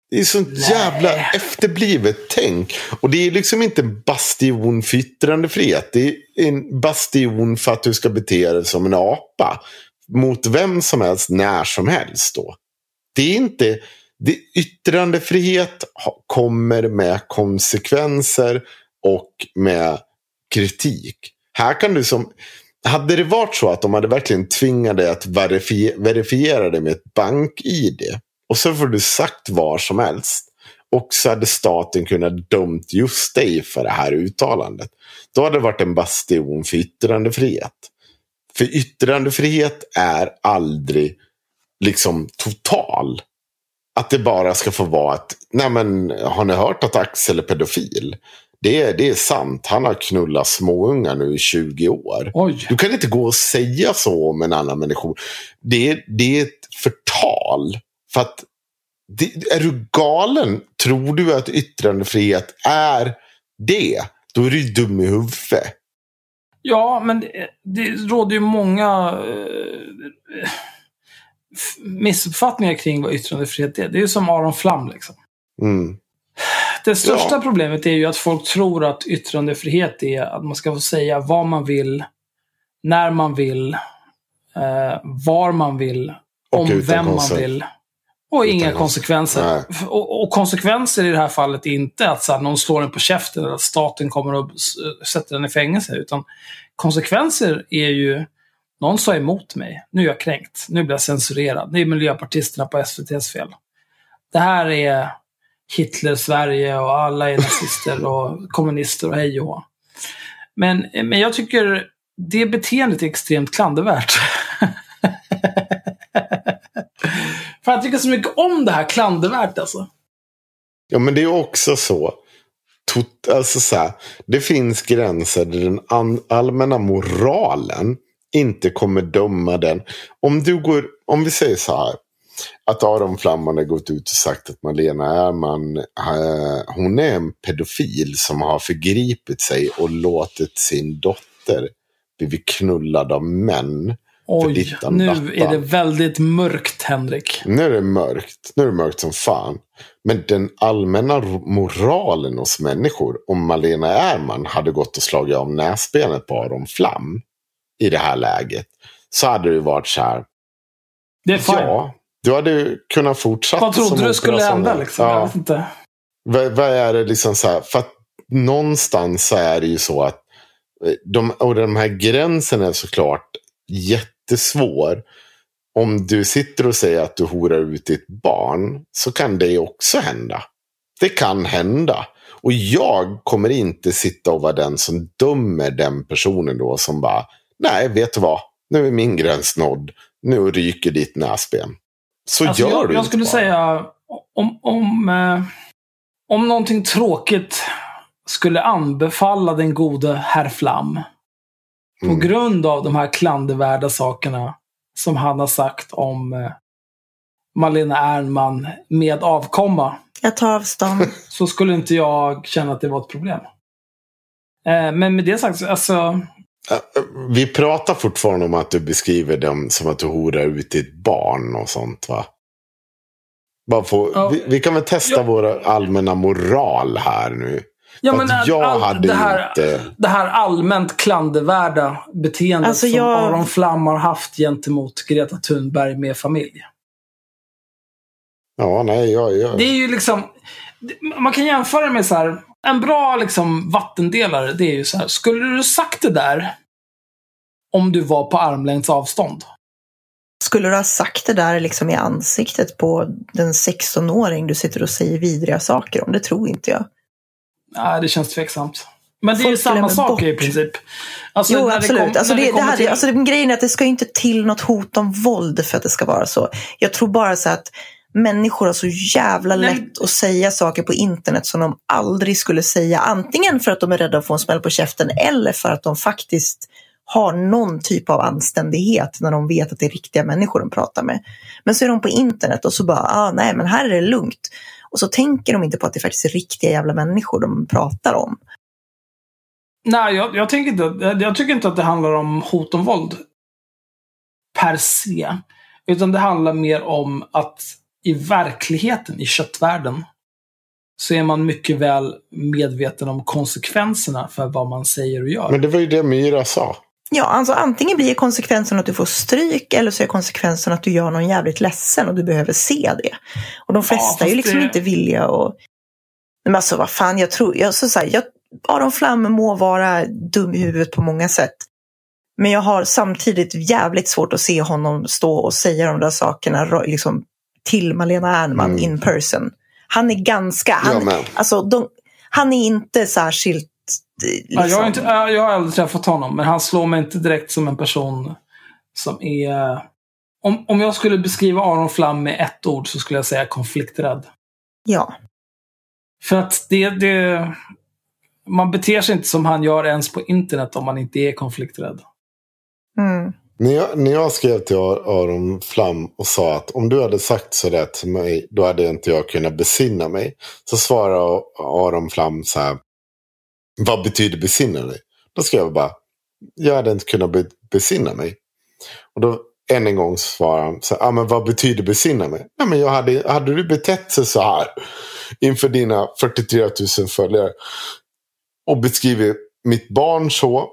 Det är sånt Nej. jävla efterblivet tänk. Och det är liksom inte en bastion för yttrandefrihet. Det är en bastion för att du ska bete dig som en apa. Mot vem som helst, när som helst då. Det är inte... Det, yttrandefrihet kommer med konsekvenser och med kritik. Här kan du som... Hade det varit så att de hade verkligen tvingat dig att verifiera, verifiera det med ett bank-I D och så får du sagt var som helst och så hade staten kunnat dömt just dig för det här uttalandet. Då hade det varit en bastion för yttrandefrihet. För yttrandefrihet är aldrig liksom total. Att det bara ska få vara att, nej men har ni hört att Axel är pedofil? Det är, det är sant. Han har knullat småungar nu i tjugo år. Oj. Du kan inte gå och säga så om en annan människa. Det är, det är ett förtal. För att, det, är du galen? Tror du att yttrandefrihet är det? Då är du dum i huvudet. Ja, men det, det råder ju många eh, missuppfattningar kring vad yttrandefrihet är. Det är ju som Aron Flam liksom. Mm. Det största ja. problemet är ju att folk tror att yttrandefrihet är att man ska få säga vad man vill, när man vill, eh, var man vill, och om vem man vill. Och utan inga konsekvenser. Och, och konsekvenser i det här fallet är inte att så här, någon slår en på käften eller att staten kommer och sätter den i fängelse. Utan konsekvenser är ju, någon sa emot mig, nu är jag kränkt, nu blir jag censurerad. Det är miljöpartisterna på S V T:s fel. Det här är Hitler-Sverige och alla är nazister och kommunister och hej och hå. Men, men jag tycker det beteendet är extremt klandervärt. För jag tycker så mycket om det här klandervärt alltså. Ja, men det är också så. Tot, alltså så här, det finns gränser där den an, allmänna moralen inte kommer döma den. Om du går, om vi säger så här, att Aron Flam har gått ut och sagt att Malena Ernman, äh, hon är en pedofil som har förgripit sig och låtit sin dotter bli knullad av män. Oj, nu dattan. Är det väldigt mörkt, Henrik. Nu är det mörkt. Nu är det mörkt som fan. Men den allmänna moralen hos människor, om Malena Ernman hade gått och slagit av näsbenet på Aron Flam i det här läget, så hade det varit så här. Det är fan. Ja, du hade kunnat fortsätta. Vad trodde du skulle hända liksom? Ja. Jag vet inte. Vad, vad är det liksom så här? För att någonstans så är det ju så att de, och de här gränserna är såklart jättesvår. Om du sitter och säger att du horar ut ditt barn, så kan det också hända. Det kan hända. Och jag kommer inte sitta och vara den som dömer den personen då som bara, nej, vet du vad? Nu är min gräns nådd. Nu ryker ditt näsben. Så alltså gör jag, du jag inte skulle bara. säga om, om, eh, om någonting tråkigt skulle anbefalla den gode herr Flam på mm. grund av de här klandervärda sakerna som han har sagt om eh, Malena Ernman med avkomma. Jag tar avstånd. Så skulle inte jag känna att det var ett problem. Eh, men med det sagt, alltså... Vi pratar fortfarande om att du beskriver dem som att du horar ut ditt barn och sånt, va? Bara få, ja. vi, vi kan väl testa ja. våra allmänna moral här nu. Ja, men jag all, hade det, här, inte... det här allmänt klandervärda beteendet alltså, som jag... Aron Flam har haft gentemot Greta Thunberg med familj. Ja, nej, jag... jag... Det är ju liksom... Man kan jämföra med så här... En bra liksom vattendelare, det är ju så här. Skulle du sagt det där om du var på armlängds avstånd? Skulle du ha sagt det där liksom i ansiktet på den sexton-åring du sitter och säger vidriga saker om? Det tror inte jag. Nej, det känns tveksamt. Men det är ju samma sak bort. I princip. Alltså, jo, absolut. Det kom, alltså, det, det det här, till... alltså, grejen är att det ska inte till något hot om våld för att det ska vara så. Jag tror bara så att människor har så jävla lätt Nej. att säga saker på internet som de aldrig skulle säga. Antingen för att de är rädda att få en smäll på käften eller för att de faktiskt har någon typ av anständighet när de vet att det är riktiga människor de pratar med. Men så är de på internet och så bara, ah, nej men här är det lugnt. Och så tänker de inte på att det faktiskt är riktiga jävla människor de pratar om. Nej, jag, jag, tänker inte, jag tycker inte att det handlar om hot om våld per se. Utan det handlar mer om att i verkligheten, i köttvärlden, så är man mycket väl medveten om konsekvenserna för vad man säger och gör. Men det var ju det Myra sa. Ja, alltså antingen blir konsekvensen att du får stryk eller så är konsekvensen att du gör någon jävligt ledsen och du behöver se det. Och de flesta ja, är ju liksom det... inte villiga att... Men alltså vad fan, jag tror... Jag, så så här, jag, Aron Flam må vara dum i huvudet på många sätt. Men jag har samtidigt jävligt svårt att se honom stå och säga de där sakerna liksom, till Malena Ernman mm. in person. Han är ganska... Han, ja, alltså, de, han är inte särskilt... Liksom. Ja, jag, har inte, jag har aldrig träffat honom, men han slår mig inte direkt som en person som är... Om, om jag skulle beskriva Aron Flam med ett ord så skulle jag säga konflikträdd. Ja. För att det, det... Man beter sig inte som han gör ens på internet om man inte är konflikträdd. Mm. När jag, när jag skrev till Aron Flam och sa att om du hade sagt så där till mig, då hade inte jag kunnat besinna mig. Så svarade Aron Flam så här: vad betyder besinna dig? Då skrev jag bara: jag hade inte kunnat be- besinna mig. Och då än en gång svarade han så här: ah, men vad betyder besinna mig? Ja, men jag hade, hade du betett sig så här inför dina fyrtiotre tusen följare och beskrivit mitt barn så,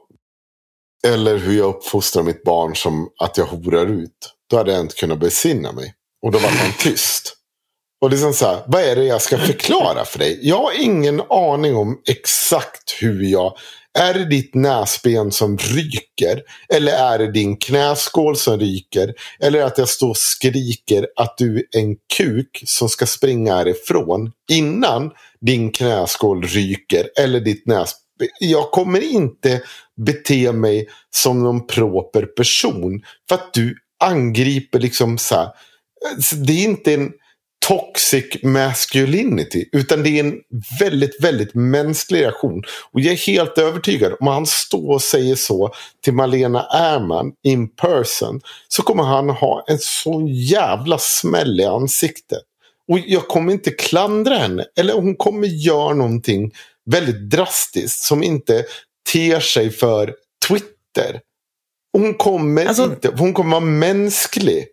eller hur jag uppfostrar mitt barn som att jag horar ut, då hade jag inte kunnat besinna mig. Och då var han tyst. Och liksom så här, vad är det jag ska förklara för dig? Jag har ingen aning om exakt hur jag... Är det ditt näsben som ryker? Eller är det din knäskål som ryker? Eller att jag står och skriker att du är en kuk som ska springa härifrån innan din knäskål ryker? Eller ditt näsben? Jag kommer inte bete mig som någon proper person. För att du angriper liksom så här... Det är inte en toxic masculinity, utan det är en väldigt, väldigt mänsklig reaktion. Och jag är helt övertygad, om han står och säger så till Malena Ernman in person, så kommer han ha en så jävla smäll i ansiktet. Och jag kommer inte klandra henne, eller hon kommer göra någonting väldigt drastiskt som inte ter sig för Twitter. Hon kommer alltså, inte, hon kommer vara mänsklig.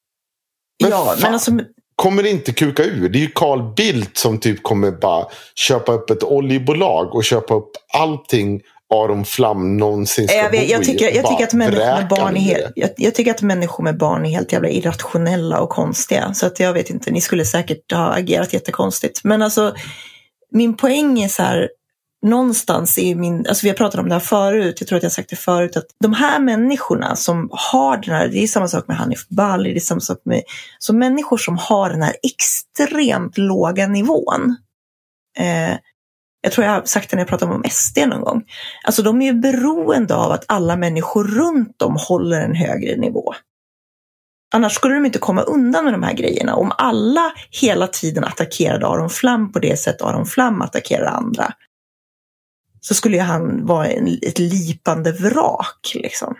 Men ja, fan, men alltså... kommer inte kuka ur. Det är ju Carl Bildt som typ kommer bara köpa upp ett oljebolag och köpa upp allting Aron Flam någonsin ska jag, vet, jag, tycker, jag, tycker att människor med barn är helt, jag, jag tycker att människor med barn är helt jävla irrationella och konstiga. Så att jag vet inte, ni skulle säkert ha agerat jättekonstigt. Men alltså, min poäng är så här, någonstans i min, alltså vi har pratat om det här förut, jag tror att jag har sagt det förut, att de här människorna som har den här, det är samma sak med Hanif Bali, det är samma sak med, så människor som har den här extremt låga nivån, eh, jag tror jag har sagt det när jag pratade om S D någon gång, alltså de är ju beroende av att alla människor runt dem håller en högre nivå. Annars skulle de inte komma undan med de här grejerna. Om alla hela tiden attackerade Aron Flam på det sätt Aron Flam attackerar andra, så skulle ju han vara en, ett lipande vrak liksom.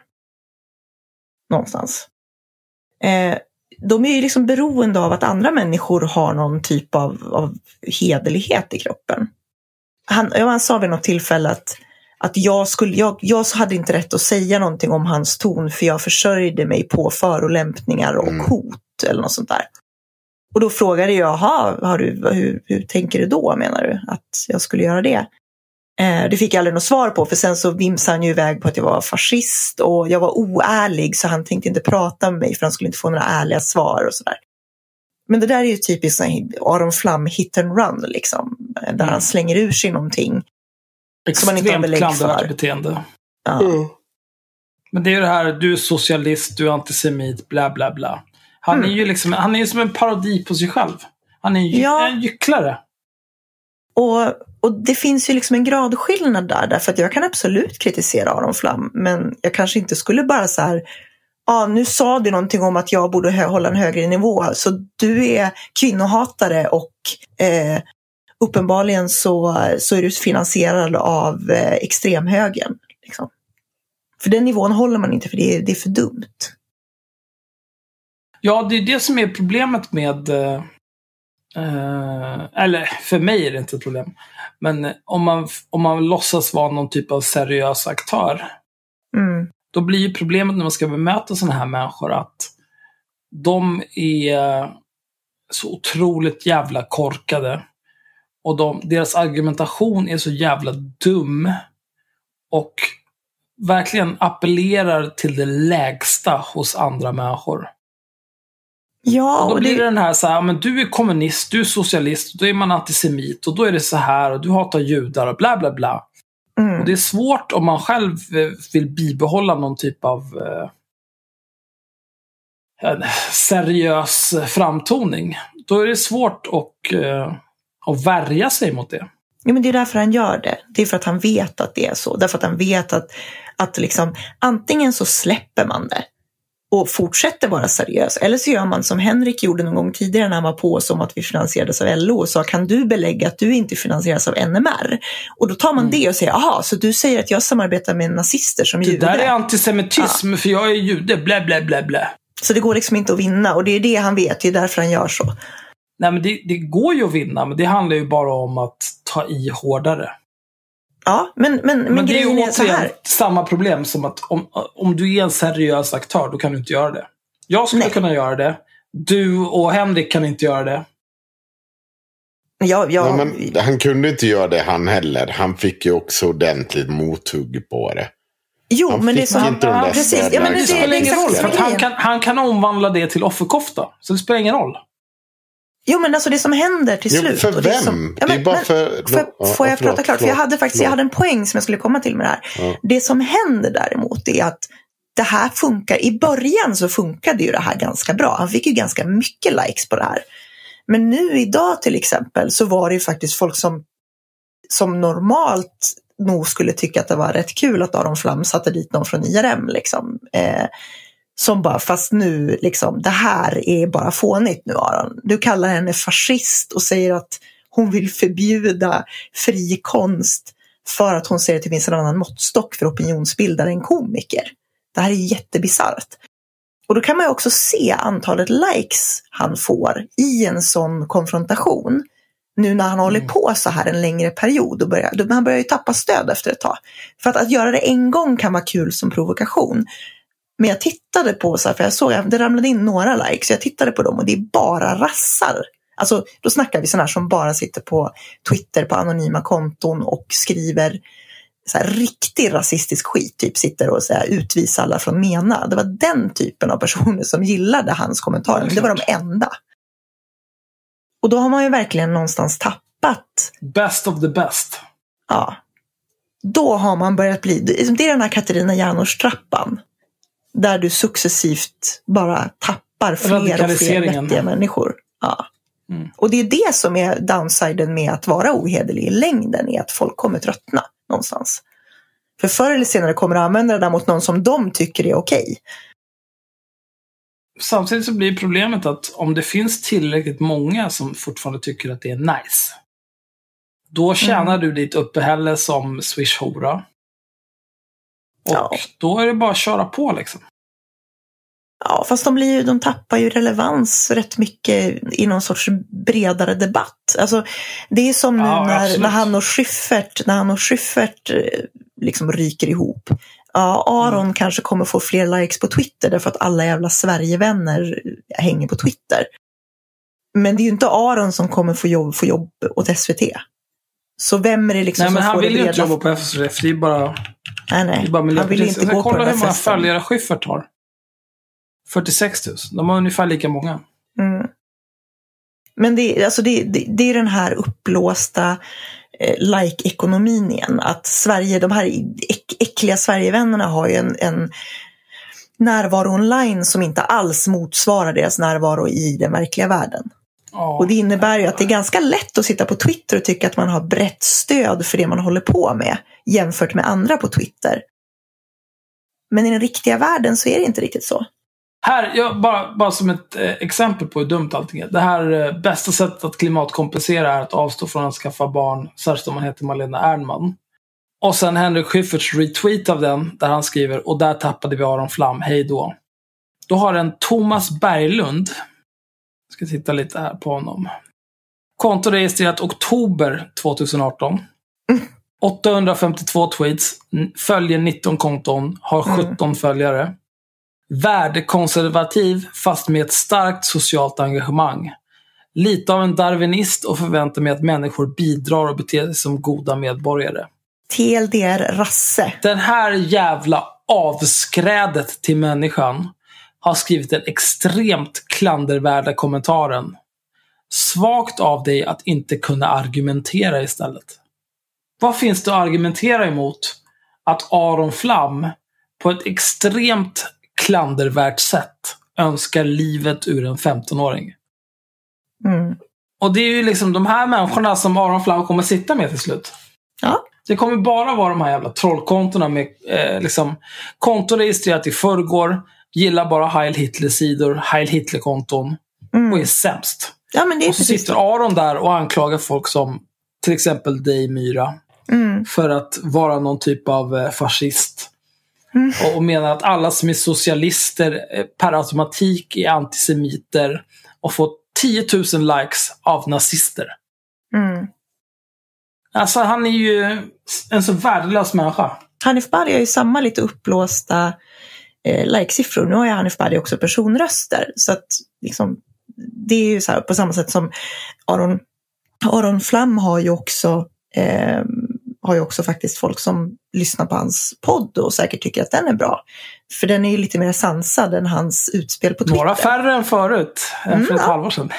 Någonstans. Eh, de är ju liksom beroende av att andra människor har någon typ av, av hederlighet i kroppen. Han, han sa vid något tillfälle att, att jag, skulle, jag, jag hade inte rätt att säga någonting om hans ton, för jag försörjde mig på förolämpningar och mm. hot eller något sånt där. Och då frågade jag, har du, hur, hur tänker du då, menar du? Att jag skulle göra det? Det fick jag aldrig något svar på, för sen så vimsade han ju iväg på att jag var fascist och jag var oärlig, så han tänkte inte prata med mig för han skulle inte få några ärliga svar och sådär. Men det där är ju typiskt Aron Flam hit and run liksom, där mm. han slänger ur sig någonting som man inte har belägg för. Beteende. Ja. Mm. Men det är ju det här, du är socialist, du är antisemit, bla bla bla. Han mm. är ju liksom, han är ju som en parodi på sig själv. Han är ju ja. en gycklare. Och Och det finns ju liksom en gradskillnad där, därför att jag kan absolut kritisera Aron Flam, men jag kanske inte skulle bara så här, ja ah, nu sa du någonting om att jag borde hö- hålla en högre nivå, så du är kvinnohatare och eh, uppenbarligen så, så är du finansierad av eh, extremhögern. Liksom. För den nivån håller man inte, för det är, det är för dumt. Ja, det är det som är problemet med... Eh... Uh, eller för mig är det inte ett problem, men om man, om man låtsas vara någon typ av seriös aktör, mm. då blir ju problemet när man ska bemöta sådana här människor att de är så otroligt jävla korkade. Och de, deras argumentation är så jävla dum. Och verkligen appellerar till det lägsta hos andra människor. Ja, och då och blir det... det den här så här, men du är kommunist, du är socialist, då är man antisemit och då är det så här och du hatar judar och bla bla bla. Mm. Och det är svårt om man själv vill bibehålla någon typ av eh, en seriös framtoning. Då är det svårt att, eh, att värja sig mot det. Ja, men det är därför han gör det. Det är för att han vet att det är så. Därför att han vet att, att liksom, antingen så släpper man det och fortsätter vara seriös. Eller så gör man som Henrik gjorde någon gång tidigare när han var på oss om att vi finansierades av L O och sa, kan du belägga att du inte finansieras av N M R? Och då tar man mm. det och säger, aha, så du säger att jag samarbetar med nazister som jude. Det där är antisemitism, ja. För jag är jude, blä blä blä blä. Så det går liksom inte att vinna och det är det han vet, det är därför han gör så. Nej, men det, det går ju att vinna, men det handlar ju bara om att ta i hårdare. Ja, men, men, men, men det är ju är så här. Samma problem som att om, om du är en seriös aktör, då kan du inte göra det. Jag skulle Nej. kunna göra det. Du och Henrik kan inte göra det. Ja, ja. Ja, men han kunde inte göra det han heller. Han fick ju också ordentligt mothugg på det. Jo, han men det är så han, ja, precis. Ja, men det spelar ingen roll. För han, kan, han kan omvandla det till offerkofta. Så det spelar ingen roll. Jo, men alltså det som händer till jo, slut. För och vem? Det som, ja, men, det är bara men, för... för ja, får jag förlåt, prata klart? Förlåt, för jag hade faktiskt jag hade en poäng som jag skulle komma till med det här. Ja. Det som händer däremot är att det här funkar. I början så funkade ju det här ganska bra. Han fick ju ganska mycket likes på det här. Men nu idag till exempel så var det ju faktiskt folk som, som normalt nog skulle tycka att det var rätt kul att Aron Flam satte dit någon från I R M liksom. Eh, som bara, fast nu liksom, det här är bara fånigt nu, Aron. Du kallar henne fascist och säger att hon vill förbjuda fri konst för att hon säger att det finns en annan måttstock för opinionsbildare än komiker. Det här är jättebisarrt. Och då kan man ju också se antalet likes han får i en sån konfrontation. Nu när han mm. håller på så här en längre period. Och börjar, då, han börjar ju tappa stöd efter ett tag. För att, att göra det en gång kan vara kul som provokation. Men jag tittade på så här, för jag såg att det ramlade in några likes. Så jag tittade på dem och det är bara rassar. Alltså då snackar vi sådana här som bara sitter på Twitter på anonyma konton och skriver så här riktig rasistisk skit. Typ sitter och så här, utvisar alla från MENA. Det var den typen av personer som gillade hans kommentarer. Men det var de enda. Och då har man ju verkligen någonstans tappat. Best of the best. Ja. Då har man börjat bli, det är den här Katarina Janouch-trappan. Där du successivt bara tappar fler och fler vettiga människor. Ja. Mm. Och det är det som är downsiden med att vara ohederlig i längden. Är att folk kommer tröttna någonstans. För förr eller senare kommer du använda det där mot någon som de tycker är okej. Samtidigt så blir problemet att om det finns tillräckligt många som fortfarande tycker att det är nice. Då tjänar mm. du ditt uppehälle som swish-hora. Och ja. Då är det bara att köra på liksom. Ja, fast de, blir ju, de tappar ju relevans rätt mycket i någon sorts bredare debatt. Alltså, det är som nu ja, när, när han och Schyffert, när han och Schyffert liksom ryker ihop. Ja, Aron mm. kanske kommer få fler likes på Twitter därför att alla jävla Sverigevänner hänger på Twitter. Men det är ju inte Aron som kommer få jobb, få jobb åt S V T. Så vem är det liksom nej, som men han får vill det ju breda... inte jobba på F S F. Det är bara... Nej, nej. Det är bara han vill inte gå kolla på hur många festen. följare Schyffert har. fyrtiosex tusen. De har ungefär lika många. Mm. Men det, alltså det, det, det är den här upplåsta eh, like-ekonomin igen. Att Sverige, de här äck, äckliga Sverigevännerna har ju en, en närvaro online som inte alls motsvarar deras närvaro i den verkliga världen. Oh. Och det innebär ju att det är ganska lätt att sitta på Twitter och tycka att man har brett stöd för det man håller på med jämfört med andra på Twitter. Men i den riktiga världen så är det inte riktigt så. Här, jag, bara, bara som ett eh, exempel på hur dumt allting är. Det här eh, bästa sättet att klimatkompensera är att avstå från att skaffa barn, särskilt om man heter Malena Ernman. Och sen Henrik Schyfferts retweet av den, där han skriver, och där tappade vi Aron Flam, hej då. Då har en Thomas Berglund, jag ska titta lite här på honom. Konto registrerat oktober tjugoarton. Mm. åttahundrafemtiotvå tweets, följer nitton konton, har sjutton mm. följare. Värdekonservativ fast med ett starkt socialt engagemang. lite av en darwinist och förväntar mig att människor bidrar och beter sig som goda medborgare. T L D R-rasse. Den här jävla avskrädet till människan har skrivit den extremt klandervärda kommentaren. Svagt av dig att inte kunna argumentera istället. Vad finns det att argumentera emot att Aron Flam på ett extremt klandervärt sätt önskar livet ur en femtonåring? Mm. Och det är ju liksom de här människorna som Aron Flam kommer sitta med till slut. Ja. Det kommer bara vara de här jävla trollkontona med eh, liksom konto registrerat i förrgår, gillar bara Heil Hitler-sidor, Heil Hitler-konton Mm. och är sämst. Ja, men det är och så precis sitter det. Aron där och anklagar folk som till exempel dig, Myra, Mm. för att vara någon typ av eh, fascist. Mm. Och, och menar att alla som är socialister eh, per automatik är antisemiter och får tio tusen likes av nazister. Mm. Alltså han är ju en så värdelös människa. Hanif Bali har ju samma lite uppblåsta eh, like-siffror. Nu har ju Hanif Bali också personröster. Så att liksom, det är ju så här, på samma sätt som Aron, Aron Flam har ju också eh, har ju också faktiskt folk som lyssnar på hans podd och säkert tycker att den är bra. För den är ju lite mer sansad än hans utspel på Twitter. Några färre än förut, än Mm, för ett ja. halvår sedan.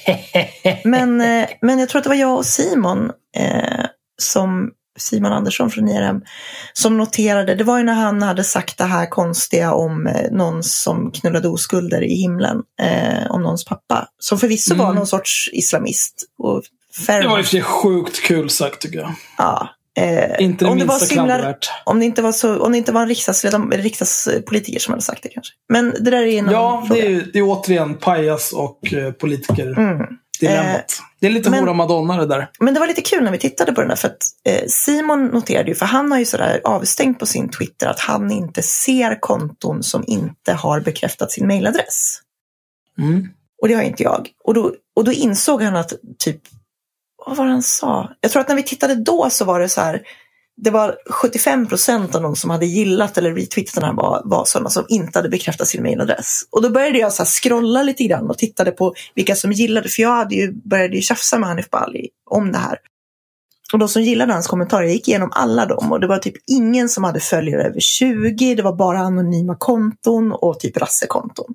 Men, eh, men jag tror att det var jag och Simon eh, som Simon Andersson från I R M som noterade, det var ju när han hade sagt det här konstiga om eh, någon som knullade oskulder i himlen, eh, om någons pappa, som förvisso Mm. var någon sorts islamist. Och Det var ju för sig sjukt kul sagt, tycker jag. ja, eh, Inte det om det var minsta singlar, klandervärt. om det inte var så, om det inte var en riksdagsledam, riksdagspolitiker som hade sagt det kanske. Men det där är en Ja, annan fråga. det är, ju- det är återigen pajas och eh, politiker. Mm. Dilemmat. Eh, det är lite men- hora Madonna det där. Men det var lite kul när vi tittade på den där, för att eh, Simon noterade ju, för han har ju sådär avstängt på sin Twitter att han inte ser konton som inte har bekräftat sin mailadress. Mm. Och det har inte jag. Och då, och då insåg han att typ, vad var det han sa? Jag tror att när vi tittade då så var det så här, det var sjuttiofem procent av de som hade gillat eller retweetat den här var, var sådana som inte hade bekräftat sin mailadress. Och då började jag så här scrolla lite grann och tittade på vilka som gillade, för jag hade ju, började ju tjafsa med Hanif Bali om det här. Och de som gillade hans kommentarer, jag gick igenom alla dem och det var typ ingen som hade följare över tjugo, det var bara anonyma konton och typ rassekonton.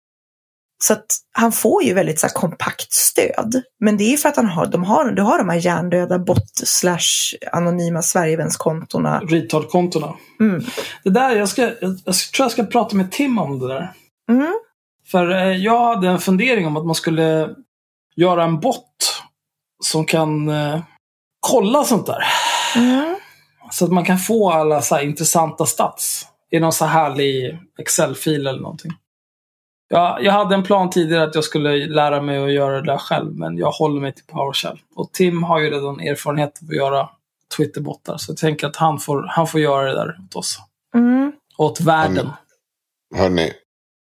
Så att han får ju väldigt så här kompakt stöd. Men det är för att han har, de har, de har de här hjärndöda bot slash anonyma Sverigevänskontorna. Retardkontona. Mm. Det där, jag, ska, jag, jag tror jag ska prata med Tim om det där. Mm. För eh, jag hade en fundering om att man skulle göra en bot som kan eh, kolla sånt där. Mm. Så att man kan få alla så här intressanta stats i någon så här härlig Excel-fil eller någonting. Jag, jag hade en plan tidigare att jag skulle lära mig att göra det där själv, men jag håller mig till PowerShell. Och Tim har ju redan erfarenhet av att göra Twitter-bottar, så jag tänker att han får, han får göra det där åt oss. Mm. Åt världen. Mm. Hörrni.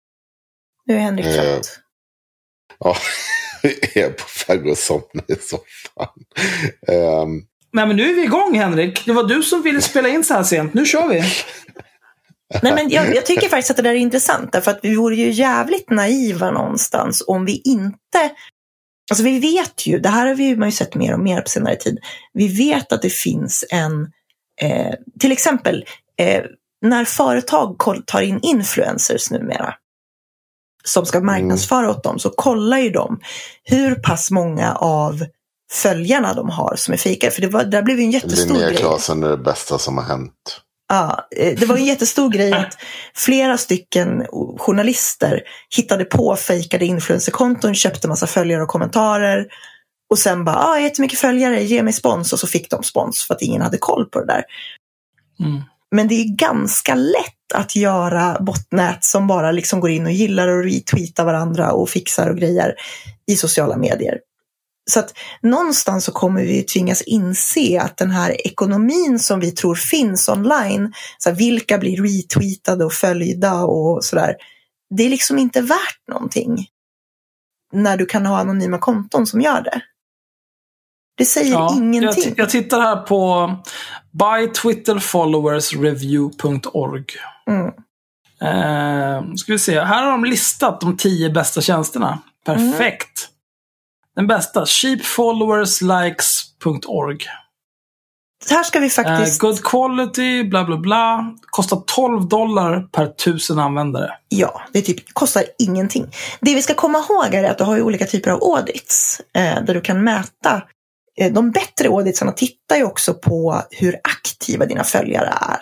Nu är Henrik Eh. trött. Ja, jag är på väg att somna i soffan. Um, Nej, men nu är vi igång, Henrik. Det var du som ville spela in så här sent. Nu kör vi. Nej, men jag, jag tycker faktiskt att det där är intressant, därför att vi vore ju jävligt naiva någonstans om vi inte, alltså vi vet ju, det här har vi ju, man ju sett mer och mer på senare tid, vi vet att det finns en eh, till exempel eh, när företag tar in influencers numera som ska marknadsföra åt dem, så kollar ju de hur pass många av följarna de har som är fejkade, för det var, där blev ju en jättestor Linnea grej. Claesson är det bästa som har hänt. Ja, det var en jättestor grej att flera stycken journalister hittade på fejkade influencerkonton, köpte massa följare och kommentarer och sen bara, ah, jättemycket följare, ge mig spons, och så fick de spons för att ingen hade koll på det där. Mm. Men det är ganska lätt att göra botnät som bara liksom går in och gillar och retweetar varandra och fixar och grejer i sociala medier. Så att någonstans så kommer vi tvingas inse att den här ekonomin som vi tror finns online, så här, vilka blir retweetade och följda och sådär, det är liksom inte värt någonting när du kan ha anonyma konton som gör det. Det säger Ja, ingenting. Jag, t- jag tittar här på by twitter followers review punkt org. Mm. Eh, ska vi se. Här har de listat de tio bästa tjänsterna. Perfekt. Den bästa, cheap followers likes punkt org. Här ska vi faktiskt... Uh, good quality, bla bla bla. Kostar tolv dollar per tusen användare. Ja, det typ kostar ingenting. Det vi ska komma ihåg är att du har ju olika typer av audits. Eh, där du kan mäta. Eh, de bättre auditsarna tittar ju också på hur aktiva dina följare är.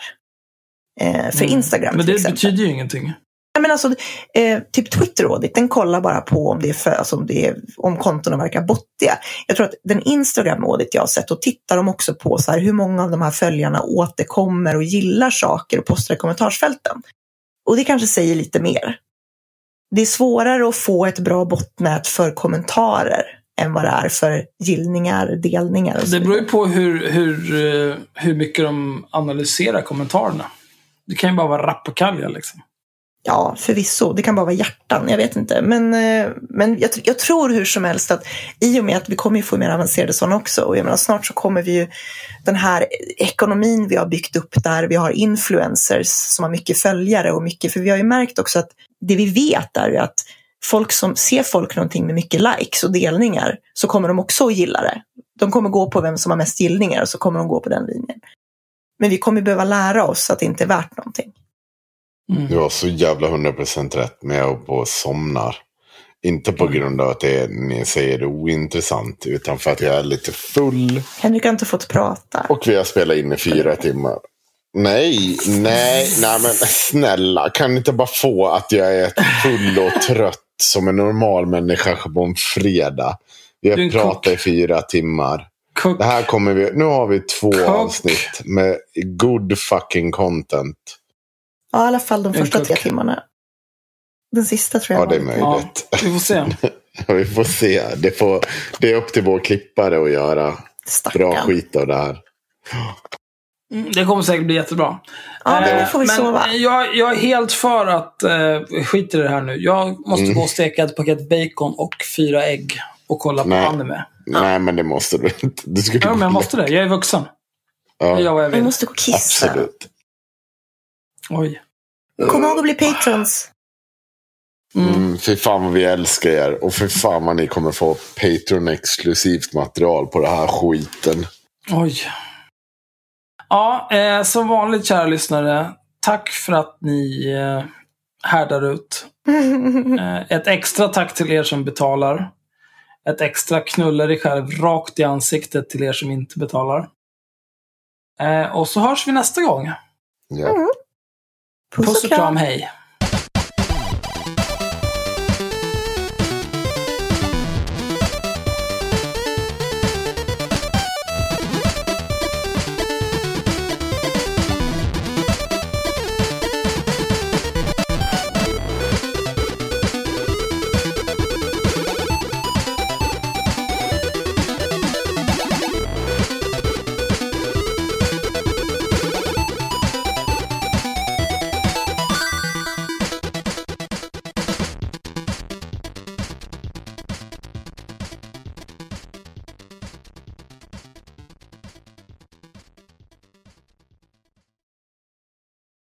Eh, för mm. Instagram Men till det exempel. betyder ju ingenting. Men alltså, eh, typ Twitter-audit, den kollar bara på om det är för, alltså om, det är, om kontona verkar bottiga. Jag tror att den Instagram-audit jag har sett, och tittar de också på så här, hur många av de här följarna återkommer och gillar saker och postar i kommentarsfälten. Och det kanske säger lite mer. Det är svårare att få ett bra botnät för kommentarer än vad det är för gillningar, delningar. Och det beror ju på hur, hur, hur mycket de analyserar kommentarerna. Det kan ju bara vara rappakalja liksom. Ja, förvisso. Det kan bara vara hjärtan, jag vet inte. Men, men jag, jag tror hur som helst att i och med att vi kommer ju få mer avancerade sådana också. Och jag menar, snart så kommer vi ju den här ekonomin vi har byggt upp där vi har influencers som har mycket följare och mycket. För vi har ju märkt också att det vi vet är ju att folk som ser folk någonting med mycket likes och delningar, så kommer de också att gilla det. De kommer gå på vem som har mest gillningar, och så kommer de gå på den linjen. Men vi kommer behöva lära oss att det inte är värt någonting. Mm. Du har så jävla hundra procent rätt, med jag på somnar. Inte på grund av att det är, ni säger det ointressant, utan för att jag är lite full. Henrik har inte fått prata. Och vi har spelat in i fyra timmar. Nej, nej, nej men snälla. Kan ni inte bara få att jag är full och trött som en normal människa på en fredag? Vi har pratat i fyra timmar. Cook. Det här kommer vi, nu har vi två Cook. avsnitt med good fucking content. Ja, i alla fall de första tre timmarna. Den sista tror jag. Ja, det är möjligt. Ja, vi får se. Vi får se. Det, får, det är upp till vår klippare att göra Stackarn. Bra skit av det här. Mm, det kommer säkert bli jättebra. Ja, men det får vi men sova. Jag, jag är helt för att uh, skita i det här nu. Jag måste mm. gå och steka ett paket bacon och fyra ägg och kolla på Nej. anime. Nej, ja. men det måste du inte. Du ska ja, men jag måste det. Jag är vuxen. Ja. Jag, jag, jag måste gå och kissa. Absolut. Oj. Kom ihåg att bli patrons. Mm. Mm, för fan vad vi älskar er. Och för fan vad ni kommer få Patreon-exklusivt material på det här skiten. Oj. Ja, eh, som vanligt kära lyssnare. Tack för att ni eh, härdar ut. eh, ett extra tack till er som betalar. Ett extra knuller i själv rakt i ansiktet till er som inte betalar. Eh, och så hörs vi nästa gång. Ja. Mm. Puss och kram, hej.